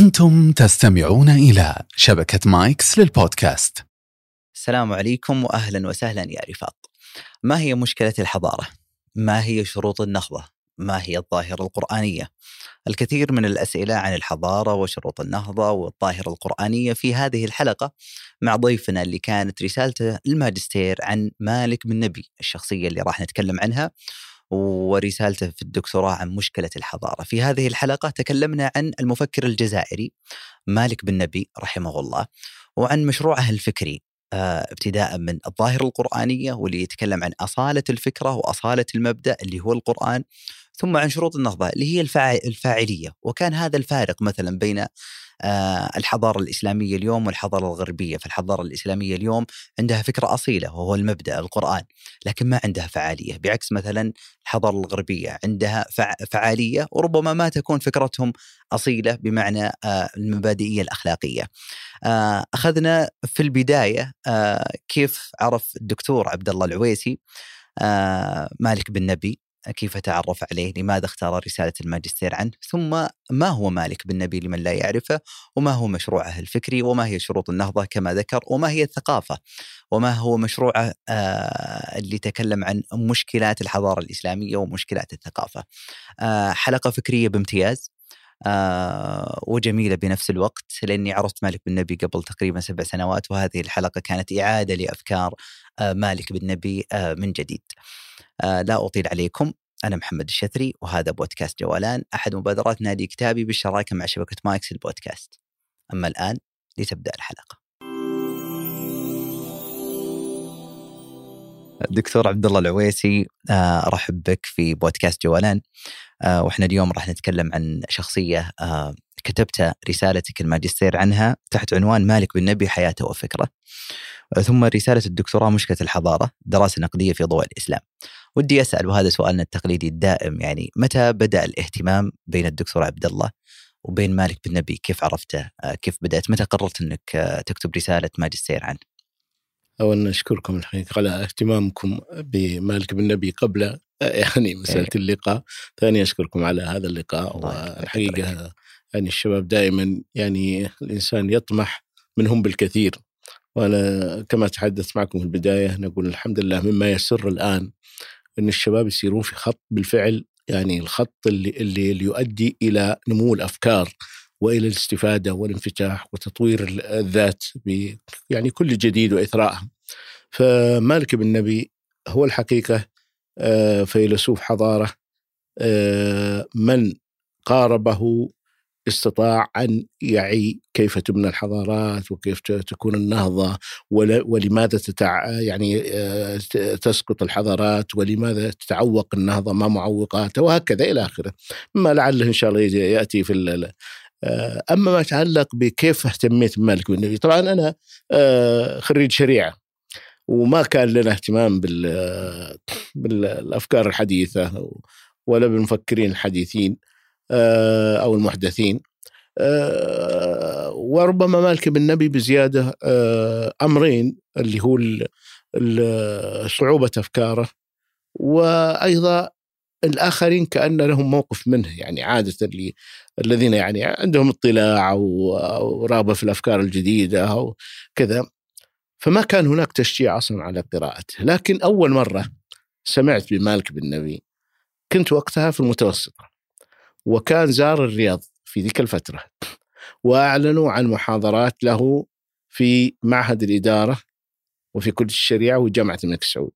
أنتم تستمعون إلى شبكة مايكس للبودكاست. السلام عليكم وأهلا وسهلا يا رفاق. ما هي مشكلة الحضارة؟ ما هي شروط النهضة؟ ما هي الظاهرة القرآنية؟ الكثير من الأسئلة عن الحضارة وشروط النهضة والظاهرة القرآنية في هذه الحلقة مع ضيفنا اللي كانت رسالته الماجستير عن مالك بن نبي، الشخصية اللي راح نتكلم عنها، ورسالته في الدكتوراه عن مشكلة الحضارة. في هذه الحلقة تكلمنا عن المفكر الجزائري مالك بن نبي رحمه الله، وعن مشروعه الفكري ابتداء من الظاهرة القرآنية واللي يتكلم عن أصالة الفكرة وأصالة المبدأ اللي هو القرآن، ثم عن شروط النهضة اللي هي الفاعلية. وكان هذا الفارق مثلا بين الحضارة الإسلامية اليوم والحضارة الغربية. فالحضارة الإسلامية اليوم عندها فكرة أصيلة وهو المبدأ القرآن، لكن ما عندها فعالية، بعكس مثلا الحضارة الغربية عندها فعالية وربما ما تكون فكرتهم أصيلة بمعنى المبادئية الأخلاقية. أخذنا في البداية كيف عرف الدكتور عبد الله العويسي مالك بن نبي، كيف تعرف عليه، لماذا اختار رسالة الماجستير عنه، ثم ما هو مالك بن نبي لمن لا يعرفه، وما هو مشروعه الفكري، وما هي شروط النهضة كما ذكر، وما هي الثقافة، وما هو مشروعه اللي تكلم عن مشكلات الحضارة الإسلامية ومشكلات الثقافة. حلقة فكرية بامتياز وجميلة بنفس الوقت، لأني عرفت مالك بن نبي قبل تقريبا 7 سنوات، وهذه الحلقة كانت إعادة لأفكار مالك بن نبي من جديد. لا أطيل عليكم، أنا محمد الشثري وهذا بودكاست جولان، أحد مبادرات نادي كتابي بالشراكة مع شبكة مايكس البودكاست. أما الآن لتبدأ الحلقة. دكتور عبد الله العويسي، أرحب بك في بودكاست جولان. وإحنا اليوم راح نتكلم عن شخصية كتبت رسالتك الماجستير عنها تحت عنوان مالك بن نبي حياته وفكره، ثم رسالة الدكتوراه مشكلة الحضارة، دراسة نقدية في ضوء الإسلام. ودي أسأل، وهذا سؤالنا التقليدي الدائم، يعني متى بدأ الاهتمام بين الدكتور عبد الله وبين مالك بن نبي؟ كيف عرفته؟ كيف بدأت؟ متى قررت أنك تكتب رسالة ماجستير عنه؟ أولا أشكركم الحقيقة على اهتمامكم بمالك بن نبي قبل يعني مسألة اللقاء. ثانيا أشكركم على هذا اللقاء. والحقيقة يعني الشباب دائما يعني الإنسان يطمح منهم بالكثير، وأنا كما تحدثت معكم في البداية نقول الحمد لله مما يسر الآن أن الشباب يسيرون في خط بالفعل، يعني الخط اللي يؤدي إلى نمو الأفكار وإلى الاستفادة والانفتاح وتطوير الذات يعني كل جديد وإثراءها. فمالك بن نبي هو الحقيقة فيلسوف حضارة، من قاربه استطاع أن يعي كيف تبنى الحضارات وكيف تكون النهضة، ولماذا يعني تسقط الحضارات، ولماذا تتعوق النهضة، ما معوقاتها، وهكذا إلى آخره، ما لعله إن شاء الله يأتي في أما ما يتعلق بكيف اهتميت بمالك بن نبي، طبعا أنا خريج شريعة، وما كان لنا اهتمام بالأفكار الحديثة ولا بالمفكرين الحديثين أو المحدثين. وربما مالك بن نبي بزيادة أمرين، اللي هو صعوبة أفكاره، وأيضا الآخرين كأن لهم موقف منه، يعني عادة الذين يعني عندهم اطلاع أو رغبة في الأفكار الجديدة أو كذا، فما كان هناك تشجيع أصلا على قراءته. لكن أول مرة سمعت بمالك بن نبي كنت وقتها في المتوسطة، وكان زار الرياض في ذيك الفترة، وأعلنوا عن محاضرات له في معهد الإدارة وفي كلية الشريعة وجامعة الملك سعود.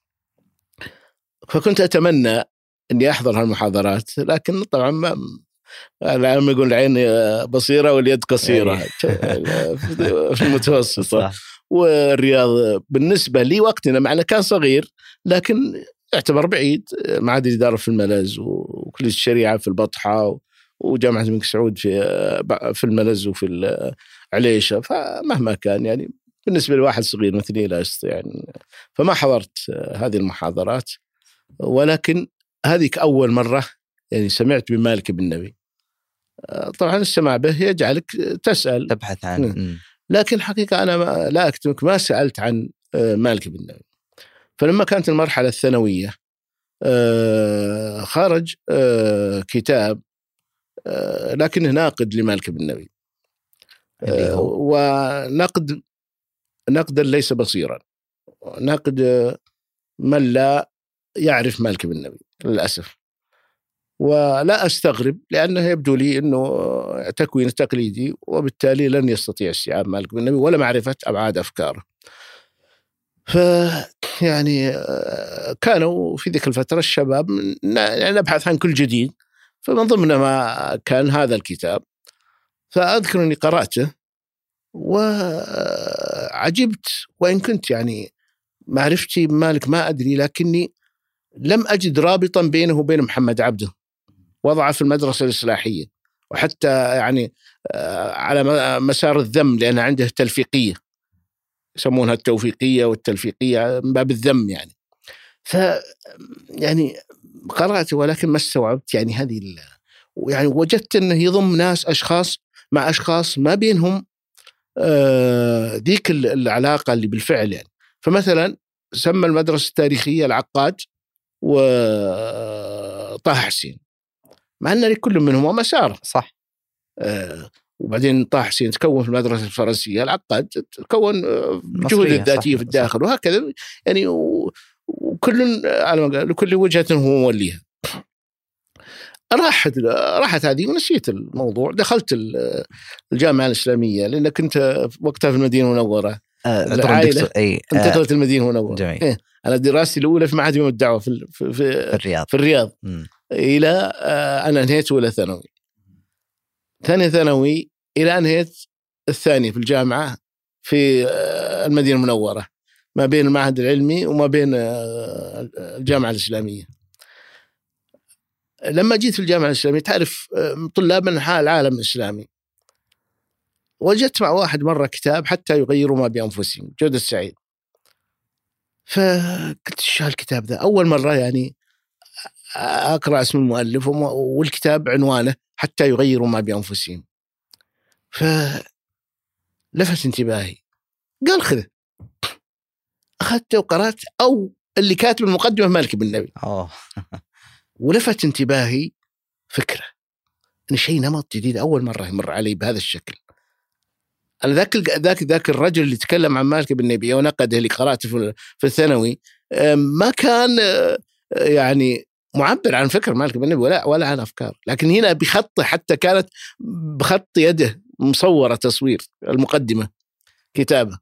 فكنت أتمنى أني أحضر هالمحاضرات، لكن طبعا ما العلم يقول العين بصيرة واليد قصيرة في المتوسطة. والرياض بالنسبة لي وقتنا معنا كان صغير، لكن اعتبر بعيد، معهد الإدارة في الملز وكلية الشريعة في البطحة وجامعة الملك سعود في الملز وفي العليشة، فمهما كان يعني بالنسبة لواحد صغير مثلي لا يستطيع يعني، فما حضرت هذه المحاضرات. ولكن هذه أول مرة يعني سمعت بمالك بن نبي. طبعا السماع به يجعلك تسأل تبحث عنه، لكن حقيقة أنا لا أكتمك ما سألت عن مالك بن نبي. فلما كانت المرحلة الثانوية خرج كتاب لكنه ناقد لمالك بن نبي، ونقد نقدا ليس بصيرا، نقد من لا يعرف مالك بن نبي للأسف. ولا أستغرب لأنه يبدو لي أنه تكوين تقليدي، وبالتالي لن يستطيع استيعاب مالك بن نبي ولا معرفة أبعاد أفكاره. يعني كانوا في ذيك الفترة الشباب يعني نبحث عن كل جديد، فمن ضمن ما كان هذا الكتاب. فأذكر أني قرأته وعجبت، وإن كنت يعني معرفتي بمالك ما أدري، لكني لم أجد رابطا بينه وبين محمد عبده. وضعه في المدرسة الإصلاحية، وحتى يعني على مسار الذم، لأن عنده تلفيقية يسمونها التوفيقية والتلفيقية من باب الذم يعني. يعني قرأت ولكن ما استوعبت يعني هذه يعني وجدت أنه يضم أشخاص مع أشخاص ما بينهم ذيك العلاقة اللي بالفعل يعني. فمثلا سمى المدرسة التاريخية العقاد وطه حسين، مع أن لكل منهم مساره صح. وبعدين طه حسين تكون في المدرسة الفرنسية، العقاد تكون بجهود الذاتية في الداخل صح. وهكذا يعني، وكل لكل وجهة هو موليها. راحت هذه ونسيت الموضوع. دخلت الجامعة الإسلامية لأن كنت وقتها في المدينة المنورة. العائلة انتقلت المدينة المنورة. أنا دراستي الأولى في معهد الدعوة في الرياض إلى أن أنهيت أولى ثانوي، ثانية ثانوي إلى أنهيت الثاني في الجامعة في المدينة المنورة، ما بين المعهد العلمي وما بين الجامعة الإسلامية. لما جيت في الجامعة الإسلامية تعرف طلاب من حال العالم الإسلامي، وجدت مع واحد مرة كتاب حتى يغيروا ما بأنفسهم، جودة السعيد. فقلت شو هالكتاب ذا؟ أول مرة يعني أقرأ اسم المؤلف والكتاب عنوانه حتى يغيروا ما بأنفسهم. فلفت انتباهي، قال خذه. أخذته وقرأت، أو اللي كاتب المقدمة مالك بن نبي. ولفت انتباهي فكرة إن شيء نمط جديد أول مرة يمر علي بهذا الشكل. أنا ذاك الرجل اللي تكلم عن مالك بن نبي ونقده اللي قرأته في الثانوي ما كان يعني معبر عن فكر مالك بن نبي ولا عن أفكار، لكن هنا بخطه، حتى كانت بخط يده مصورة تصوير المقدمة كتابة.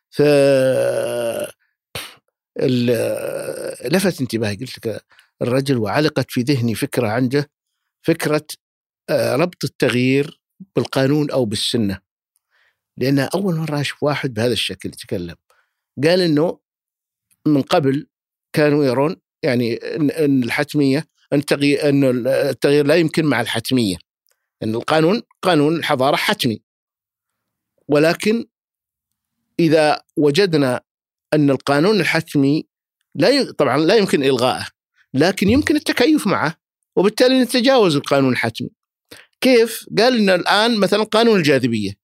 لفت انتباهي، قلت لك الرجل، وعلقت في ذهني فكرة عنده، فكرة ربط التغيير بالقانون أو بالسنة. لأن أول مرة أشوف واحد بهذا الشكل يتكلم. قال إنه من قبل كانوا يرون يعني أن الحتمية، أن التغيير لا يمكن مع الحتمية، أن قانون الحضارة حتمي، ولكن إذا وجدنا أن القانون الحتمي طبعا لا يمكن إلغائه، لكن يمكن التكيف معه، وبالتالي نتجاوز القانون الحتمي. كيف؟ قال إن الآن مثلا قانون الجاذبية،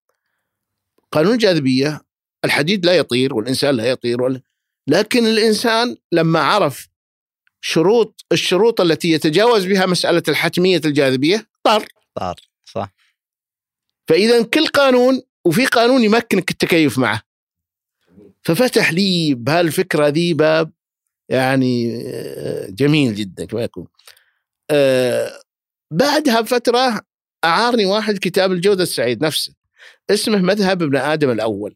الحديد لا يطير والإنسان لا يطير، لكن الإنسان لما عرف الشروط التي يتجاوز بها مسألة الحتمية الجاذبية طار صح. فإذا كل قانون، وفي قانون يمكنك التكيف معه. ففتح لي بهالفكرة ذي باب يعني جميل جدا كما يكون. بعدها بفترة أعارني واحد كتاب الجودة السعيد نفسه، اسمه مذهب ابن آدم الأول.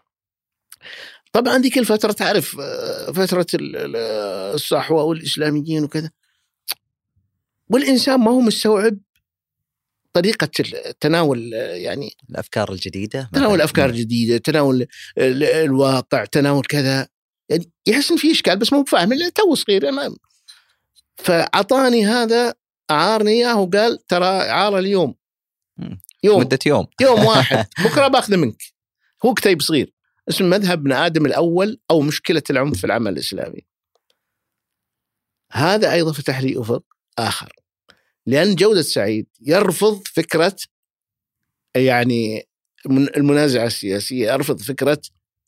طبعا ذيك الفترة تعرف فترة الصحوة والإسلاميين وكذا، والإنسان ما هو مستوعب طريقة تناول يعني الأفكار الجديدة، تناول الأفكار الجديدة، تناول الواقع، تناول كذا، يعني يحس إن في إشكال بس مو فاهم، اللي تو صغير يعني. فعطاني هذا، أعارني إياه وقال ترى عار اليوم مدة يوم واحد، بكرة باخذ منك. هو كتاب صغير اسمه مذهب ابن آدم الأول أو مشكلة العنف في العمل الإسلامي. هذا أيضا فتح لي أفق آخر، لأن جودة سعيد يرفض فكرة يعني المنازعة السياسية، يرفض فكرة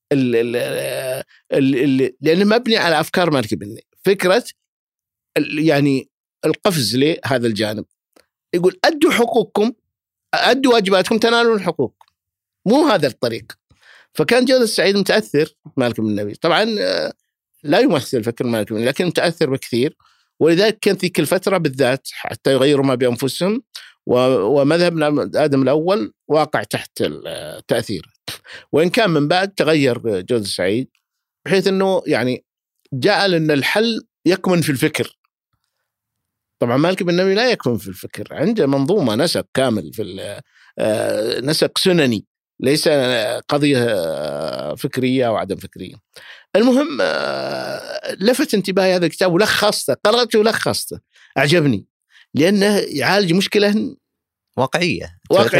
لأنه مبني على أفكار مالك بن نبي، فكرة يعني القفز لهذا الجانب. يقول أدوا حقوقكم، أدوا واجباتكم، تنالون الحقوق. مو هذا الطريق. فكان جودة السعيد متأثر مالك بن النبي. طبعا لا يمثل فكر مالك بن النبي، لكن متأثر بكثير، ولذلك كان في كل فترة بالذات حتى يغيروا ما بأنفسهم، ومذهب آدم الأول واقع تحت التأثير. وإن كان من بعد تغير جودة السعيد بحيث أنه يعني جعل أن الحل يكمن في الفكر. طبعا مالك بن النبي لا يكمن في الفكر، عنده منظومة نسق كامل في نسق سنني، ليس قضية فكرية أو عدم فكرية. المهم لفت انتباهي هذا الكتاب ولخصته، قرأته ولخصته، أعجبني لأنه يعالج مشكلة واقعية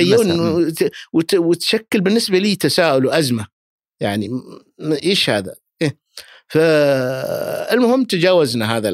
وتشكل بالنسبة لي تساؤل وأزمة، يعني إيش هذا؟ فالمهم تجاوزنا هذا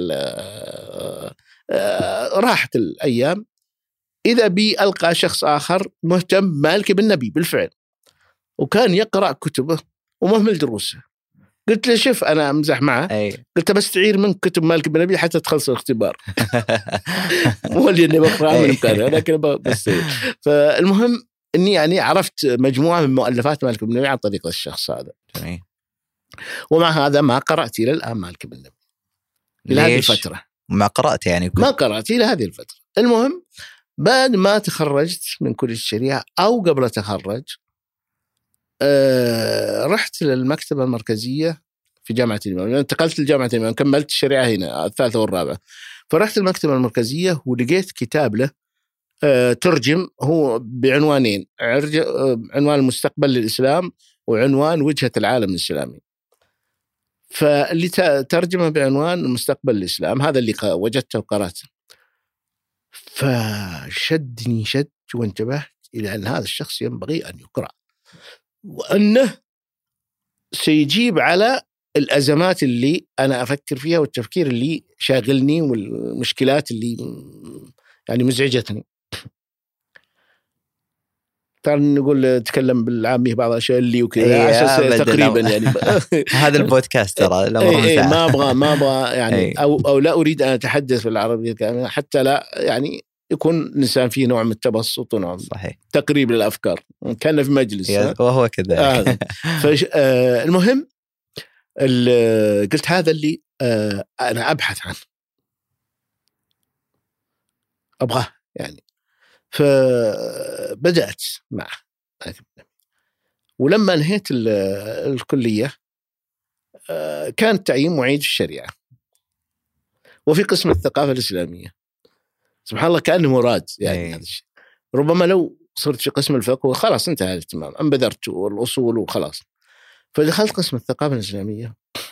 راحت الأيام، إذا بي ألقى شخص آخر مهتم مالك بن النبي بالفعل، وكان يقرأ كتبه ومهمل دروسه. قلت له شوف أنا أمزح معه، قلت بس تعير من كتب مالك بن النبي حتى تخلص الاختبار. مو اللي أني بقرأ من مكانه، لكن بس. فالمهم أني يعني عرفت مجموعة من مؤلفات مالك بن النبي عن طريق الشخص هذا. ومع هذا ما قرأت إلى الآن مالك بن النبي إلى هذه الفترة. ما قرأت يعني ما قرأت إلى هذه الفترة. المهم بعد ما تخرجت من كلية الشريعة أو قبل أتخرج، رحت للمكتبة المركزية في جامعة الإمام. انتقلت لجامعة الإمام، كملت الشريعة هنا الثالثة والرابعة، فرحت المكتبة المركزية ولقيت كتاب له ترجم، هو بعنوانين، عنوان المستقبل للإسلام وعنوان وجهة العالم الإسلامي. فاللي ترجمه بعنوان المستقبل للإسلام هذا اللي وجدته وقرأته، فشدني شد وانتبهت إلى أن هذا الشخص ينبغي أن يقرأ، وأنه سيجيب على الأزمات اللي أنا أفكر فيها والتفكير اللي شاغلني والمشكلات اللي يعني مزعجتني. نقول تكلم بالعامية بعض الأشياء اللي وكذا تقريبا يعني هذا البودكاست ترى ما أبغى يعني أو لا أريد أن أتحدث بالعربية كاملة حتى لا يعني يكون الإنسان فيه نوع من التبسط ونوع تقريب للأفكار، كان في مجلس وهو كذا. المهم قلت هذا اللي أنا أبحث عنه، أبغاه يعني. فبدأت معه، ولما انهيت الكلية كان تعيين معيد في الشريعة وفي قسم الثقافة الإسلامية. سبحان الله كأنه مراد يعني هذا الشيء. ربما لو صرت في قسم الفقه خلاص انتهى الاهتمام، انبذرت والأصول وخلاص. فدخلت قسم الثقافة الإسلامية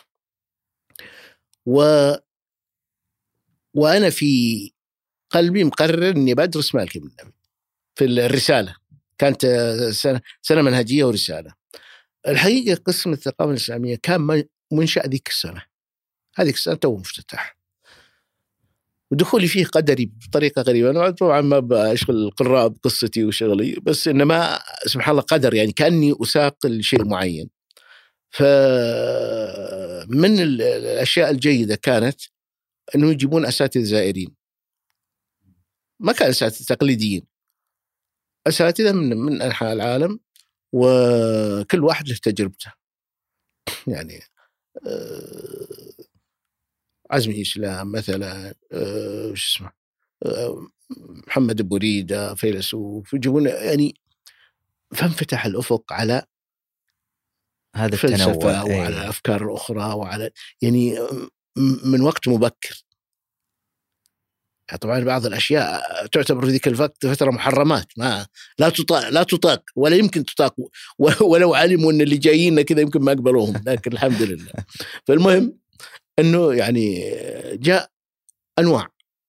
وأنا في قلبي مقرر أني بدرس مالك بن النبي في الرسالة، كانت سنة منهجية ورسالة. الحقيقة قسم الثقافة الإسلامية كان منشأ ذيك السنة، هذه السنة تو مفتتح، ودخولي فيه قدري بطريقة غريبة. طبعا ما بأشغل القراء بقصتي وشغلي، بس إنما سبحان الله قدر، يعني كأني أساق لشيء معين. فمن الأشياء الجيدة كانت أنه يجيبون أساتذة زائرين، ما كان أساتذة تقليديين، أساتذة من أنحاء العالم، وكل واحد له تجربته. يعني عزمي إسلام مثلا، وش اسمه، محمد أبو ريدة فيلسوف، يجيبون يعني. فانفتح الأفق على هذا التنوع وعلى الأفكار الأخرى، وعلى يعني من وقت مبكر. طبعا بعض الأشياء تعتبر في ذيك الوقت فترة محرمات، لا تطاق ولا يمكن تطاق، ولو علموا أن اللي جايين كذا يمكن ما أقبلوهم، لكن الحمد لله. فالمهم أنه يعني جاء أنواع،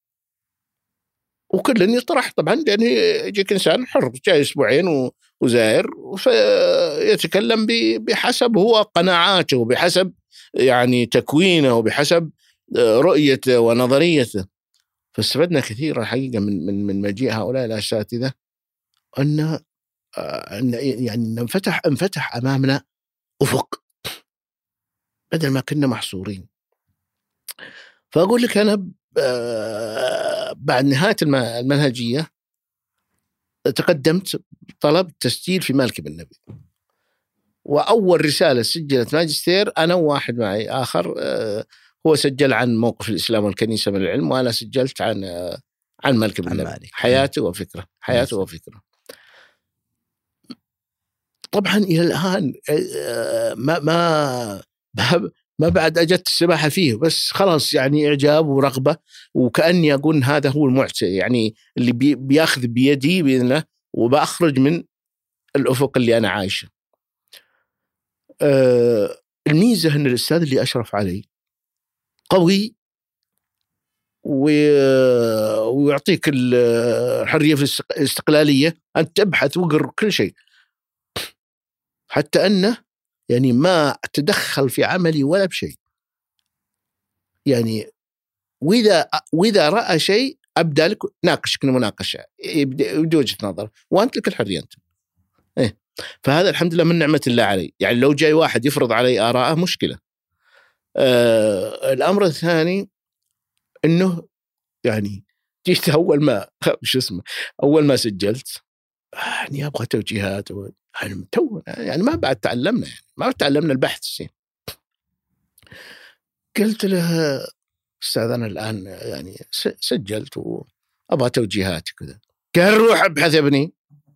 وكل يطرح طبعا، يعني يجيك إنسان حر جاي أسبوعين وزائر، فيتكلم بحسب هو قناعاته، وبحسب يعني تكوينه، وبحسب رؤيته ونظريته. فاستفدنا كثيرا الحقيقة من مجيء هؤلاء الأساتذة، أن يعني انفتح أمامنا أفق بدل ما كنا محصورين. فأقول لك أنا بعد نهاية المنهجية تقدمت طلب تسجيل في مالك بن النبي. وأول رسالة سجلت ماجستير أنا وواحد معي آخر، هو سجل عن موقف الإسلام والكنيسة من العلم، وأنا سجلت عن مالك بن نبي، حياته وفكرة، حياته وفكرة. طبعا إلى الآن ما بعد أجدت السباحة فيه، بس خلاص يعني إعجاب ورغبة، وكأني أقول هذا هو المعتى يعني اللي بياخذ بيدي بإذن الله وبأخرج من الأفق اللي أنا عايشه. الميزة أن الأستاذ اللي أشرف علي قوي ويعطيك الحرية في الاستقلالية أن تبحث وقر كل شيء، حتى أنه يعني ما تدخل في عملي ولا بشيء يعني. وإذا رأى شيء أبدأ لك ناقشك مناقشة يبدأ وجهة نظر، وأنت لك الحرية أنت. فهذا الحمد لله من نعمة الله علي. يعني لو جاي واحد يفرض علي آراءه مشكلة. الأمر الثاني إنه يعني جيت أول ما سجلت يعني أبغى توجيهات يعني يعني ما بعد تعلمنا، يعني ما تعلمنا البحث. قلت له أستاذ أنا الآن يعني سجلت وأبغى توجيهات كذا. قال روح ابحث يا ابني.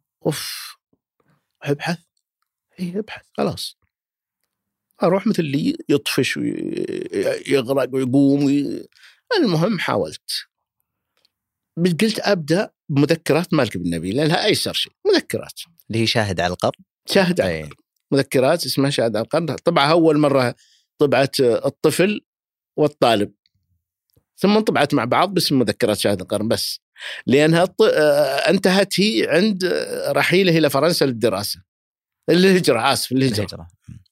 ابحث ابحث خلاص. أروح مثل اللي يطفش ويغرق ويقوم المهم حاولت. قلت أبدأ بمذكرات مالك بن نبي لأنها أيسر شيء. مذكرات اللي هي شاهد على القرن. شاهد على القرن. مذكرات اسمها شاهد على القرن. طبعها أول مرة طبعت الطفل والطالب، ثم طبعت مع بعض باسم مذكرات شاهد القرن بس، لأنها انتهت هي عند رحيله إلى فرنسا للدراسة الهجرة. الهجرة.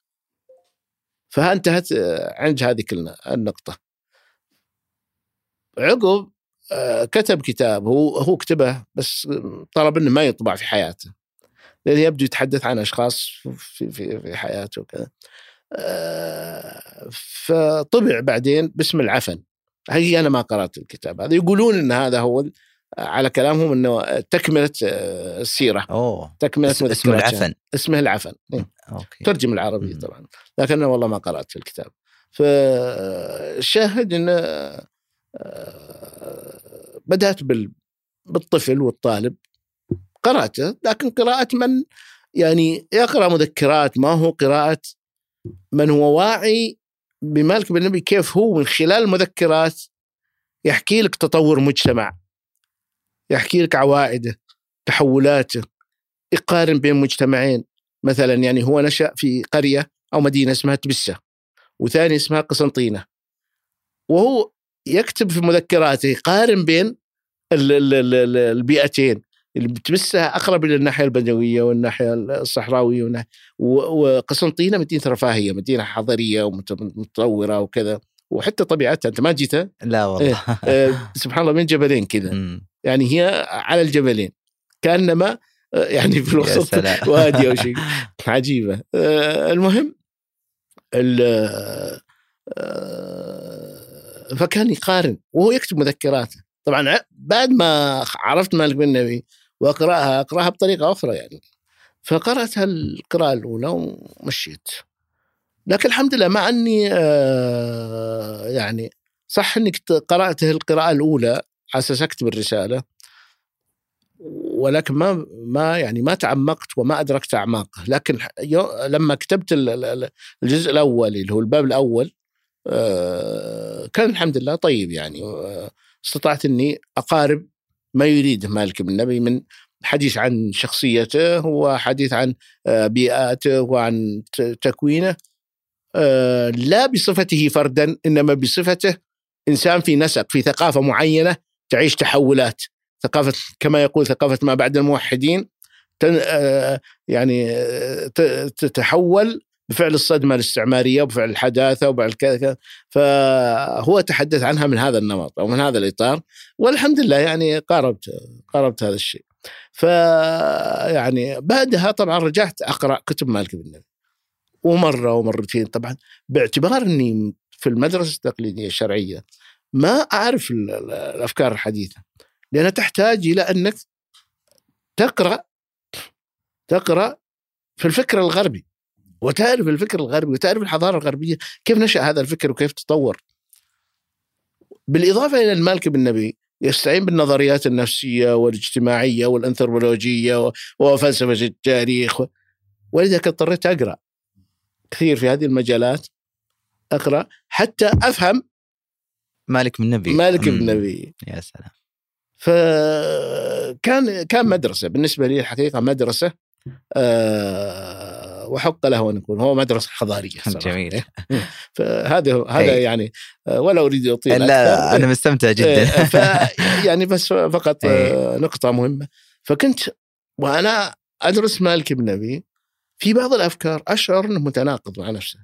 فانتهت عند هذه النقطة. عقب كتب كتاب، هو كتبه بس طلب انه ما يطبع في حياته، لأنه يبدو يتحدث عن أشخاص في حياته وكذا. فطبع بعدين باسم العفن. حقيقة أنا ما قرأت الكتاب هذا. يقولون إن هذا هو على كلامهم إنه تكملة السيرة. تكملة اسم العفن. اسمه العفن. ترجم العربي طبعا، لكن أنا والله ما قرأت الكتاب. فالشاهد إن بدأت بالطفل والطالب، قرأته، لكن قراءة من يعني يقرأ مذكرات، ما هو قراءة من هو واعي بمالك بن نبي، كيف هو من خلال المذكرات يحكي لك تطور مجتمع، يحكي لك عوائده، تحولاته، يقارن بين مجتمعين. مثلا يعني هو نشأ في قرية أو مدينة اسمها تبسة، وثاني اسمها قسنطينة، وهو يكتب في مذكراته يقارن بين البيئتين. اللي بتبسة أقرب إلى الناحية البدوية والناحية الصحراوية، وقسنطينة مدينة رفاهية، مدينة حضرية ومتطورة وكذا، وحتى طبيعتها أنت ما جيتها. لا والله. سبحان الله، من جبلين كذا، يعني هي على الجبلين كأنما يعني في الوسط وادي أو شيء عجيبة. المهم فكان يقارن وهو يكتب مذكراته. طبعا بعد ما عرفت مالك بن نبي وأقرأها بطريقة أخرى يعني، فقرأتها القراءة الأولى ومشيت. لكن الحمد لله مع أني يعني صح أنك قرأته القراءة الأولى على أساس أكتب الرسالة، ولكن ما تعمقت وما أدركت أعماقه. لكن لما كتبت الجزء الأول اللي هو الباب الأول كان الحمد لله طيب يعني. استطعت أني أقارب ما يريده مالك بن نبي من حديث عن شخصيته وحديث عن بيئاته وعن تكوينه، لا بصفته فردا، إنما بصفته إنسان في نسق، في ثقافة معينة تعيش تحولات. ثقافة كما يقول ثقافة ما بعد الموحدين، يعني تتحول بفعل الصدمة الاستعمارية وبفعل الحداثة وبفعل كذا. فهو تحدث عنها من هذا النمط أو من هذا الإطار، والحمد لله يعني قاربت هذا الشيء. يعني بعدها طبعا رجعت أقرأ كتب مالك بن نبي، ومرة ومرتين طبعا، باعتبار أني في المدرسة التقليدية الشرعية ما أعرف الأفكار الحديثة، لأنها تحتاج إلى أنك تقرأ في الفكر الغربي. وتعرف الفكر الغربي وتعرف الحضارة الغربية كيف نشأ هذا الفكر وكيف تطور. بالإضافة إلى المالك بن نبي يستعين بالنظريات النفسية والاجتماعية والأنثروبولوجية وفلسفة التاريخ، ولذلك اضطريت أقرأ كثير في هذه المجالات، أقرأ حتى أفهم مالك بن نبي. مالك بن نبي. يا سلام. فكان مدرسة بالنسبة لي الحقيقة، مدرسة وحق له أن يكون هو مدرسة حضارية صراحة. جميل. فهذا يعني ولا أريد أطيل لا أكثر. أنا مستمتع جدا. يعني بس فقط نقطة مهمة. فكنت وأنا أدرس مالك بن نبي في بعض الأفكار أشعر أنه متناقض مع نفسه،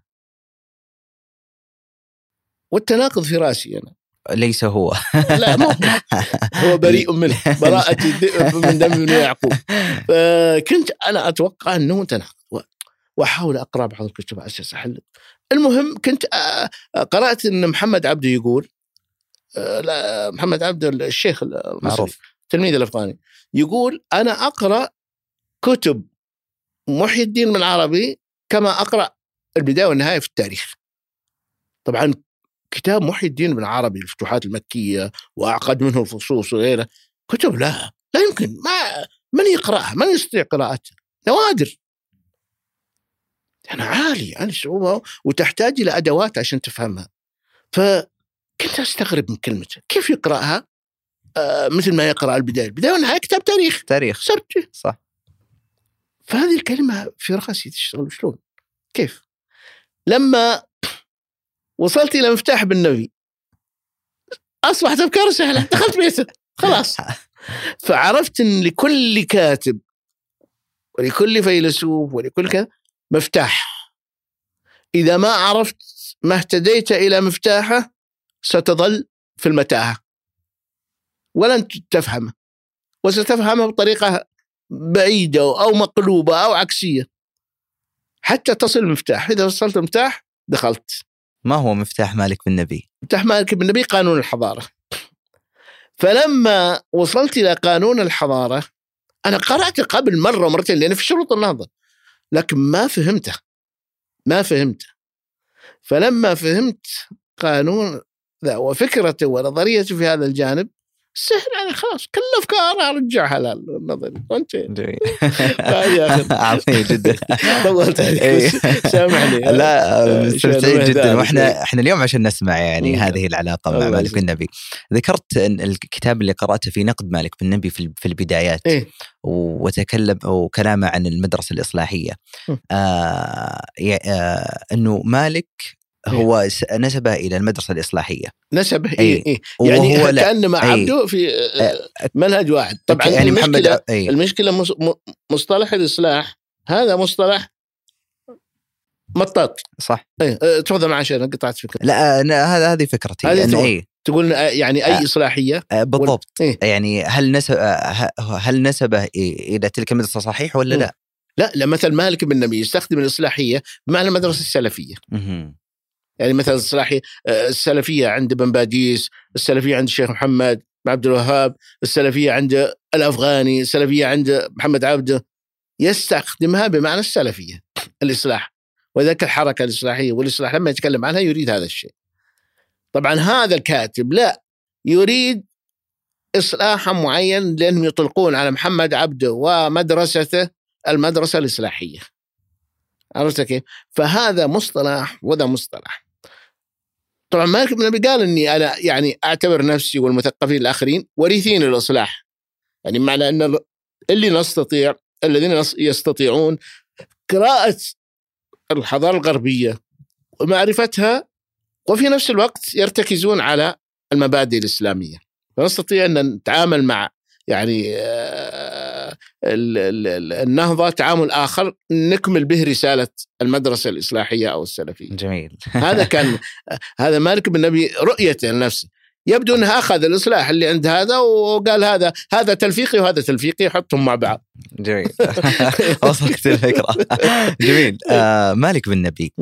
والتناقض في رأسي أنا ليس هو. لا مو هو بريء منه، براءة من دم من يعقوب. فكنت أنا أتوقع أنه تناقض، وأحاول أقرأ بعض الكتب على أساس أحل. المهم كنت قرأت أن محمد عبده يقول، لا محمد عبده الشيخ المصري التلميذ الأفغاني، يقول أنا أقرأ كتب محي الدين من العربي كما أقرأ البداية والنهاية في التاريخ. طبعا كتاب محي الدين بن عربي الفتوحات المكية وأعقد منه الفصوص وغيره، كتب لا يمكن من يقرأها، من يستطيع قراءتها، نوادر، أنا عالي صعوبة وتحتاج إلى أدوات عشان تفهمها. فكنت أستغرب من كلمته، كيف يقرأها مثل ما يقرأ البداية والنهاية كتاب تاريخ سرته صح. فهذه الكلمة في رأسي تشتغل شلون كيف. لما وصلت إلى مفتاح بن نبي أصبحت أفكار سهلة، دخلت بيته خلاص. فعرفت أن لكل كاتب ولكل فيلسوف ولكل كذا مفتاح، إذا ما عرفت ما اهتديت إلى مفتاحه ستظل في المتاهة ولن تفهمه، وستفهمه بطريقة بعيدة أو مقلوبة أو عكسية حتى تصل المفتاح. إذا وصلت المفتاح دخلت. ما هو مفتاح مالك بن نبي؟ مفتاح مالك بن نبي قانون الحضارة. فلما وصلت إلى قانون الحضارة أنا قرأت قبل مرة ومرتين لأن في شروط النهضة، لكن ما فهمته. فلما فهمت قانون ذا وفكرته ونظريته في هذا الجانب سهل يعني، خلاص كل أفكار أرجعها للنظري. وانت عظيم جدا. طولت عليك سامحني. لا مستمتعين جدا، واحنا اليوم عشان نسمع يعني هذه العلاقة مع مالك بن نبي. ذكرت أن الكتاب اللي قرأته في نقد مالك بن نبي في البدايات وتكلم وكلامه عن المدرسة الإصلاحية، أنه مالك هو نسبه إلى المدرسة الإصلاحية، نسبه يعني كأن مع عبده في منهج واحد. طبعا يعني المشكلة مصطلح الإصلاح هذا مصطلح مطاط صح. تفضل معي عشان قطعت فكرة. لا هذه فكرتي. تقول يعني أي إصلاحية بالضبط. يعني هل نسبه إلى تلك المدرسة صحيح ولا لا مثل مالك بن نبي يستخدم الإصلاحية بمعنى المدرسة السلفية. يعني مثلا السلفية عند بن باديس، السلفية عند الشيخ محمد بن عبد الوهاب، السلفية عند الأفغاني، السلفية عند محمد عبده، يستخدمها بمعنى السلفية الإصلاح. وذلك الحركة الإصلاحية والإصلاح لما يتكلم عنها يريد هذا الشيء. طبعا هذا الكاتب لا يريد إصلاحا معين، لأنهم يطلقون على محمد عبده ومدرسته المدرسة الإصلاحية. عرفت كيف؟ فهذا مصطلح وذا مصطلح. طبعا مالك بن نبي قال إني أنا يعني أعتبر نفسي والمثقفين الآخرين وريثين الإصلاح، يعني معنى أن الذين يستطيعون قراءة الحضارة الغربية ومعرفتها وفي نفس الوقت يرتكزون على المبادئ الإسلامية، فنستطيع أن نتعامل مع يعني النهضة تعامل آخر نكمل به رسالة المدرسة الإصلاحية أو السلفية. جميل. هذا مالك بن نبي رؤيته لنفسه، يبدو أنه أخذ الإصلاح اللي عند هذا وقال هذا تلفيقي وهذا تلفيقي، حطهم مع بعض. جميل. وصلت الفكرة. جميل. مالك بن نبي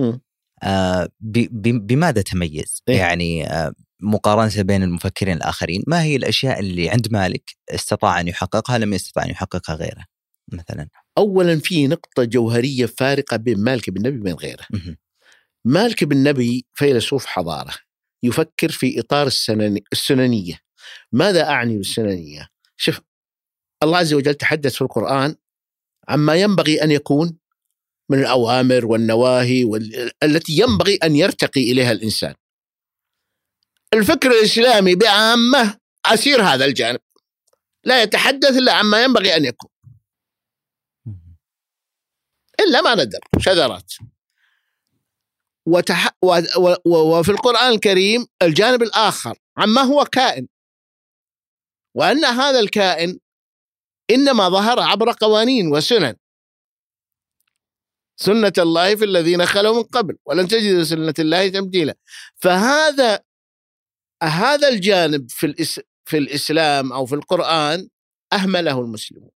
بماذا تميز؟ يعني مقارنة بين المفكرين الآخرين، ما هي الأشياء اللي عند مالك استطاع أن يحققها لم يستطع أن يحققها غيره مثلا؟ أولا في نقطة جوهرية فارقة بين مالك بن نبي وبين غيره. مالك بن نبي فيلسوف حضارة يفكر في إطار السننية. ماذا أعني بالسننية؟ شوف، الله عز وجل تحدث في القرآن عما ينبغي أن يكون من الأوامر والنواهي التي ينبغي أن يرتقي إليها الإنسان. الفكر الإسلامي بعامة أسير هذا الجانب، لا يتحدث إلا عما ينبغي أن يكون، إلا ما ندر شذرات. وفي القرآن الكريم الجانب الآخر عما هو كائن، وأن هذا الكائن إنما ظهر عبر قوانين وسنن، سنة الله في الذين خلوا من قبل ولن تجد سنة الله تبديلا. فهذا الجانب في الإسلام أو في القرآن أهمله المسلمون،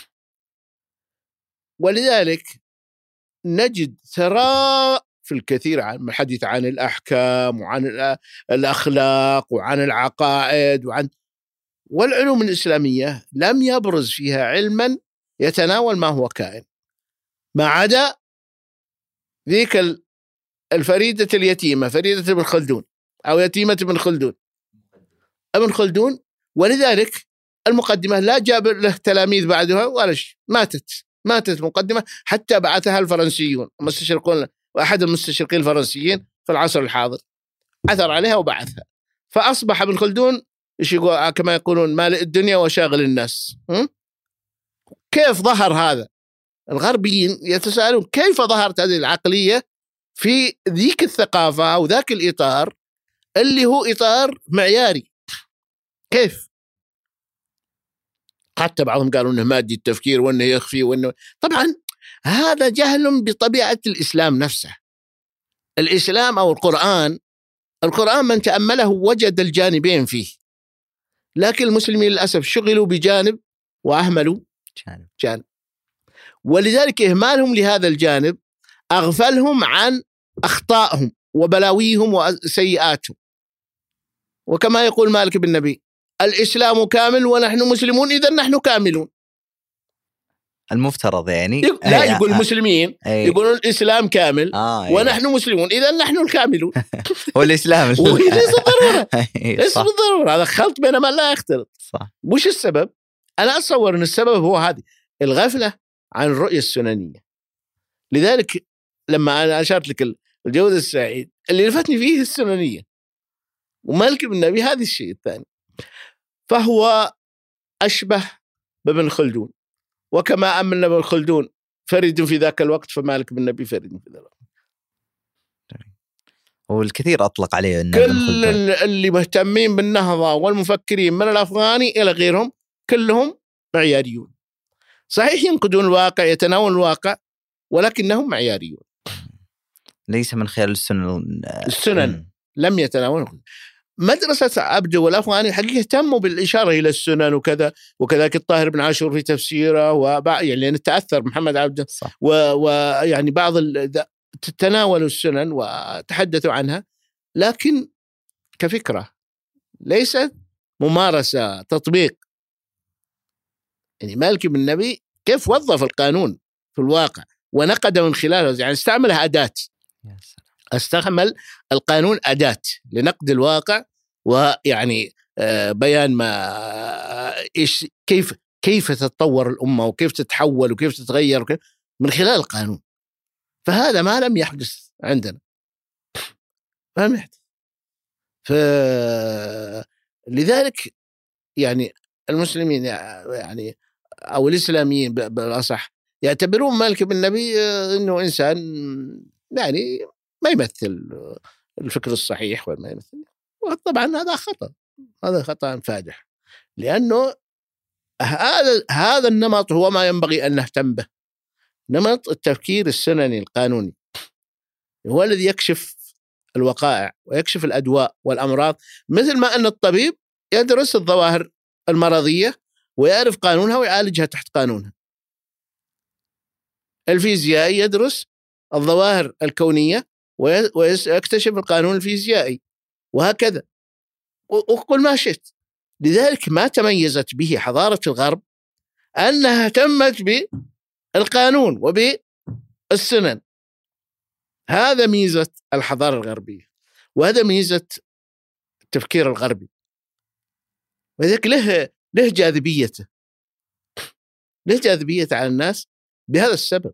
ولذلك نجد ثراء في الكثير من الحديث عن الأحكام وعن الأخلاق وعن العقائد والعلوم الإسلامية لم يبرز فيها علما يتناول ما هو كائن، ما عدا ذيك الفريدة اليتيمة، فريدة ابن خلدون أو يتيمة ابن خلدون. ولذلك المقدمة لا جاب له تلاميذ بعدها ولا شيء، ماتت مقدمة حتى بعثها الفرنسيون المستشرقون، وأحد المستشرقين الفرنسيين في العصر الحاضر عثر عليها وبعثها، فأصبح ابن خلدون كما يقولون مالئ الدنيا وشاغل الناس. كيف ظهر هذا؟ الغربيين يتساءلون كيف ظهرت هذه العقلية في ذيك الثقافة أو ذاك الإطار اللي هو إطار معياري؟ كيف؟ حتى بعضهم قالوا أنه مادي التفكير وأنه يخفي وأنه، طبعا هذا جهل بطبيعة الإسلام نفسه. الإسلام أو القرآن من تأمله وجد الجانبين فيه، لكن المسلمين للأسف شغلوا بجانب وأهملوا جانب، ولذلك إهمالهم لهذا الجانب أغفلهم عن أخطائهم وبلاويهم وسيئاتهم. وكما يقول مالك بن نبي: الإسلام كامل ونحن مسلمون، إذا نحن كاملون. المفترض يعني لا يقول المسلمين، يقولون الإسلام كامل ونحن مسلمون، إذا نحن الكاملون. والإسلام ليس بالضرورة، هذا خلط بين ما لا يختلط. صح. وش السبب؟ أنا أتصور أن السبب هو هذه الغفلة عن الرؤية السننية. لذلك لما أنا أشرت لك الجوز السعيد اللي لفتني فيه السننية، ومالك بن نبي هذا الشيء الثاني، فهو أشبه بابن خلدون، وكما أمن ابن خلدون فريد في ذاك الوقت، فمالك بن نبي فريد في ذاك الوقت. والكثير أطلق عليه أن كل اللي مهتمين بالنهضة والمفكرين من الأفغاني إلى غيرهم كلهم معياريون، صحيح ينقدون الواقع، يتناول الواقع، ولكنهم معياريون، ليس من خلال السنن. لم يتناولوا. مدرسة عبده والأفغاني حقيقة اهتموا بالإشارة إلى السنن وكذا، وكذلك الطاهر بن عاشور في تفسيره، يعني تأثر محمد عبده، ويعني بعض تناولوا السنن وتحدثوا عنها، لكن كفكرة ليست ممارسة تطبيق. يعني مالك بن نبي كيف وظف القانون في الواقع ونقد من خلاله، يعني استعملها أداة، استعمل القانون أداة لنقد الواقع، ويعني بيان ما كيف تتطور الأمة وكيف تتحول وكيف تتغير من خلال القانون. فهذا ما لم يحدث عندنا، ما لم يحدث. لذلك يعني المسلمين يعني أو الإسلاميين بالأصح يعتبرون مالك بن نبي إنه إنسان يعني ما يمثل الفكر الصحيح وما يمثل. وطبعا هذا خطأ فادح، لأنه هذا النمط هو ما ينبغي أن نهتم به. نمط التفكير السنني القانوني هو الذي يكشف الوقائع ويكشف الأدواء والأمراض، مثل ما أن الطبيب يدرس الظواهر المرضية ويعرف قانونها ويعالجها تحت قانونها. الفيزيائي يدرس الظواهر الكونية ويكتشف القانون الفيزيائي، وهكذا وقل ما شئت. لذلك ما تميزت به حضارة الغرب أنها اهتمت القانون وبالسنن. هذا ميزة الحضارة الغربية، وهذا ميزة التفكير الغربي، وذلك له جاذبيته، له جاذبيته على الناس بهذا السبب.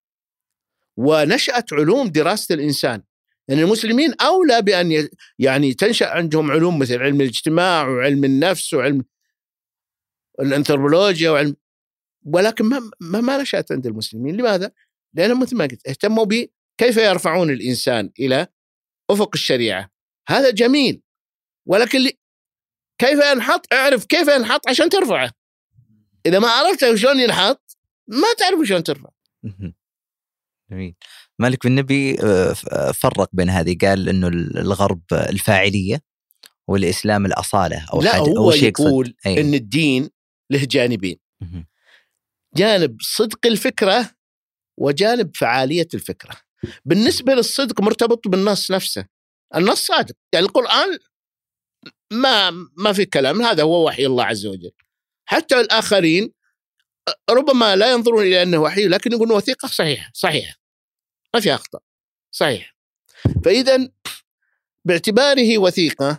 ونشأت علوم دراسة الإنسان، يعني المسلمين أولى بأن يعني تنشأ عندهم علوم مثل علم الاجتماع وعلم النفس وعلم الأنثروبولوجيا وعلم، ولكن ما نشأت عند المسلمين. لماذا؟ لأنهم مثل ما قلت اهتموا بكيف يرفعون الإنسان إلى أفق الشريعة. هذا جميل، ولكن كيف ينحط؟ اعرف كيف ينحط عشان ترفعه. إذا ما عرفت شلون ينحط ما تعرف شلون ترفع. جميل. مالك بن نبي فرق بين هذه، قال إنه الغرب الفاعلية والإسلام الأصالة أو لا، هو شيء يقول إن الدين له جانبين، جانب صدق الفكرة وجانب فعالية الفكرة. بالنسبة للصدق مرتبط بالنص نفسه، النص صادق، يعني القرآن ما في كلام، هذا هو وحي الله عز وجل. حتى الآخرين ربما لا ينظرون إلى أنه وحي، لكن يقولون وثيقة صحيحة ما في أخطاء، صحيح. فإذا باعتباره وثيقة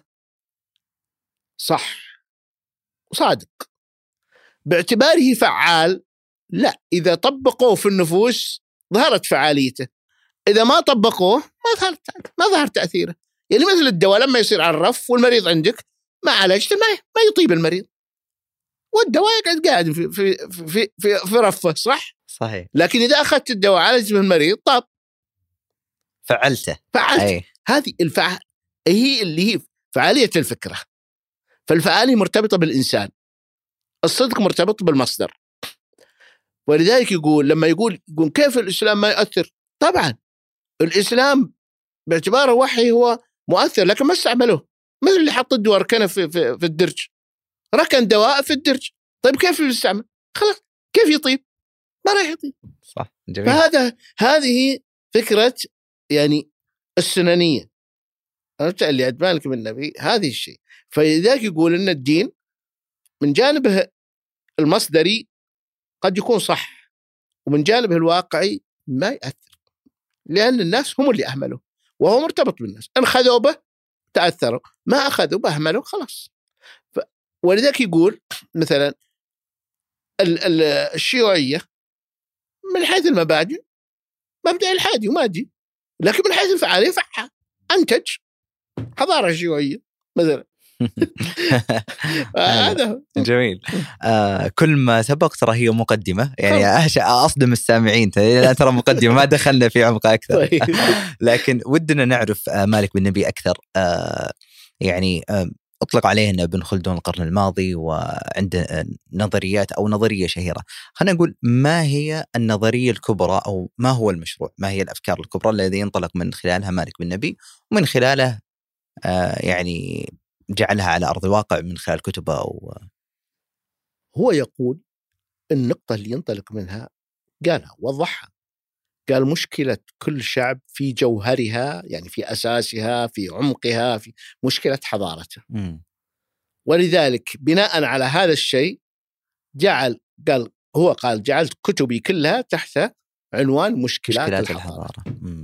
صح وصادق، باعتباره فعال لا، إذا طبقوه في النفوس ظهرت فعاليته، إذا ما طبقوه ما ظهر تأثيره. يعني مثل الدواء لما يصير على الرف والمريض عندك ما عالجته ما يطيب المريض، والدواء قاعد في رفه، صحيح. لكن إذا أخذت الدواء عالجت من المريض طاب، فعلت. هذه هي اللي هي فعالية الفكرة. فالفعالية مرتبطة بالإنسان، الصدق مرتبط بالمصدر. ولذلك لما يقول كيف الإسلام ما يؤثر؟ طبعا الإسلام باعتباره وحي هو مؤثر، لكن ما استعمله. مثل اللي حط الدواء ركنه في الدرج، ركن دواء في الدرج، طيب كيف يستعمل؟ خلاص كيف يطيب؟ ما راح يطيب. صح، جميل. هذه فكرة يعني السننية اللي عند مالك بن النبي، هذه الشيء. فلذلك يقول إن الدين من جانبه المصدري قد يكون صح، ومن جانبه الواقعي ما يأثر، لأن الناس هم اللي أهملوا، وهو مرتبط بالناس. إن خذوا به تأثروا، ما أخذوا به أهملوا، خلاص. ولذلك يقول مثلا الشيوعية من حيث المبادئ مبدأ الحادي ومادي، لكن من حيث الفعالية أنتج حضارة شيوعية مثلا. هذا جميل. كل ما سبق ترى هي مقدمة، يعني أصدم السامعين ترى مقدمة، ما دخلنا في عمق أكثر. لكن ودنا نعرف مالك بن نبي أكثر. يعني أطلق عليه أنه ابن خلدون القرن الماضي، وعنده نظريات أو نظرية شهيرة. خلينا نقول ما هي النظرية الكبرى، أو ما هو المشروع، ما هي الأفكار الكبرى الذي ينطلق من خلالها مالك بن نبي، ومن خلاله يعني جعلها على أرض الواقع من خلال كتبه. هو يقول النقطة اللي ينطلق منها قالها وضحها، قال مشكلة كل شعب في جوهرها، يعني في أساسها، في عمقها، في مشكلة حضارته. ولذلك بناء على هذا الشيء قال جعلت كتبي كلها تحت عنوان مشكلات الحضارة.